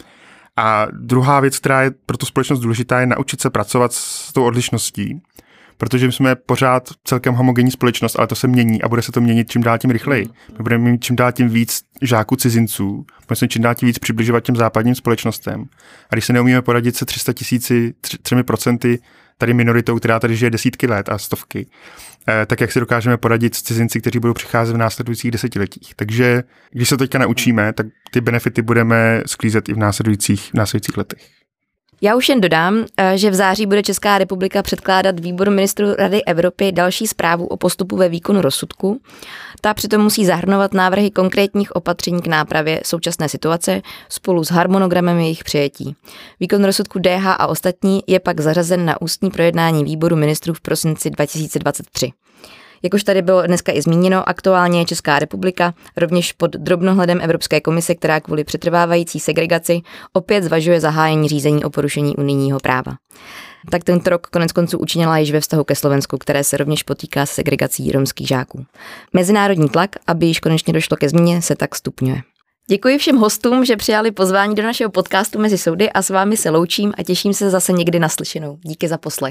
A druhá věc, která je pro tu společnost důležitá, je naučit se pracovat s tou odlišností, protože my jsme pořád celkem homogenní společnost, ale to se mění a bude se to měnit čím dál tím rychleji. My budeme mít čím dál tím víc žáků cizinců, budeme se čím dál tím víc přibližovat těm západním společnostem. A když se neumíme poradit se 300 000, 3% tady minoritou, která tady žije desítky let a stovky, tak jak si dokážeme poradit s cizinci, kteří budou přicházet v následujících desetiletích. Takže když se teďka naučíme, tak ty benefity budeme sklízet i v následujících letech. Já už jen dodám, že v září bude Česká republika předkládat Výboru ministrů Rady Evropy další zprávu o postupu ve výkonu rozsudku. Ta přitom musí zahrnovat návrhy konkrétních opatření k nápravě současné situace spolu s harmonogramem jejich přijetí. Výkon rozsudku DH a ostatní je pak zařazen na ústní projednání Výboru ministrů v prosinci 2023. Jak už tady bylo dneska i zmíněno, aktuálně je Česká republika rovněž pod drobnohledem Evropské komise, která kvůli přetrvávající segregaci opět zvažuje zahájení řízení o porušení unijního práva. Tak tento rok koneckonců učinila již ve vztahu ke Slovensku, které se rovněž potýká s segregací romských žáků. Mezinárodní tlak, aby již konečně došlo ke změně, se tak stupňuje. Děkuji všem hostům, že přijali pozvání do našeho podcastu Mezi soudy a s vámi se loučím a těším se zase někdy naslyšenou. Díky za poslech.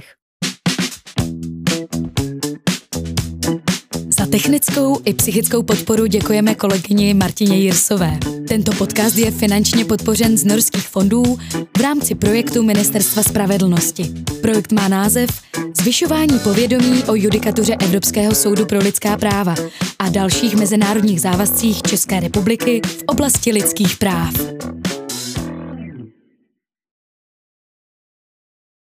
Za technickou i psychickou podporu děkujeme kolegyni Martině Jirsové. Tento podcast je finančně podpořen z norských fondů v rámci projektu Ministerstva spravedlnosti. Projekt má název Zvyšování povědomí o judikatuře Evropského soudu pro lidská práva a dalších mezinárodních závazcích České republiky v oblasti lidských práv.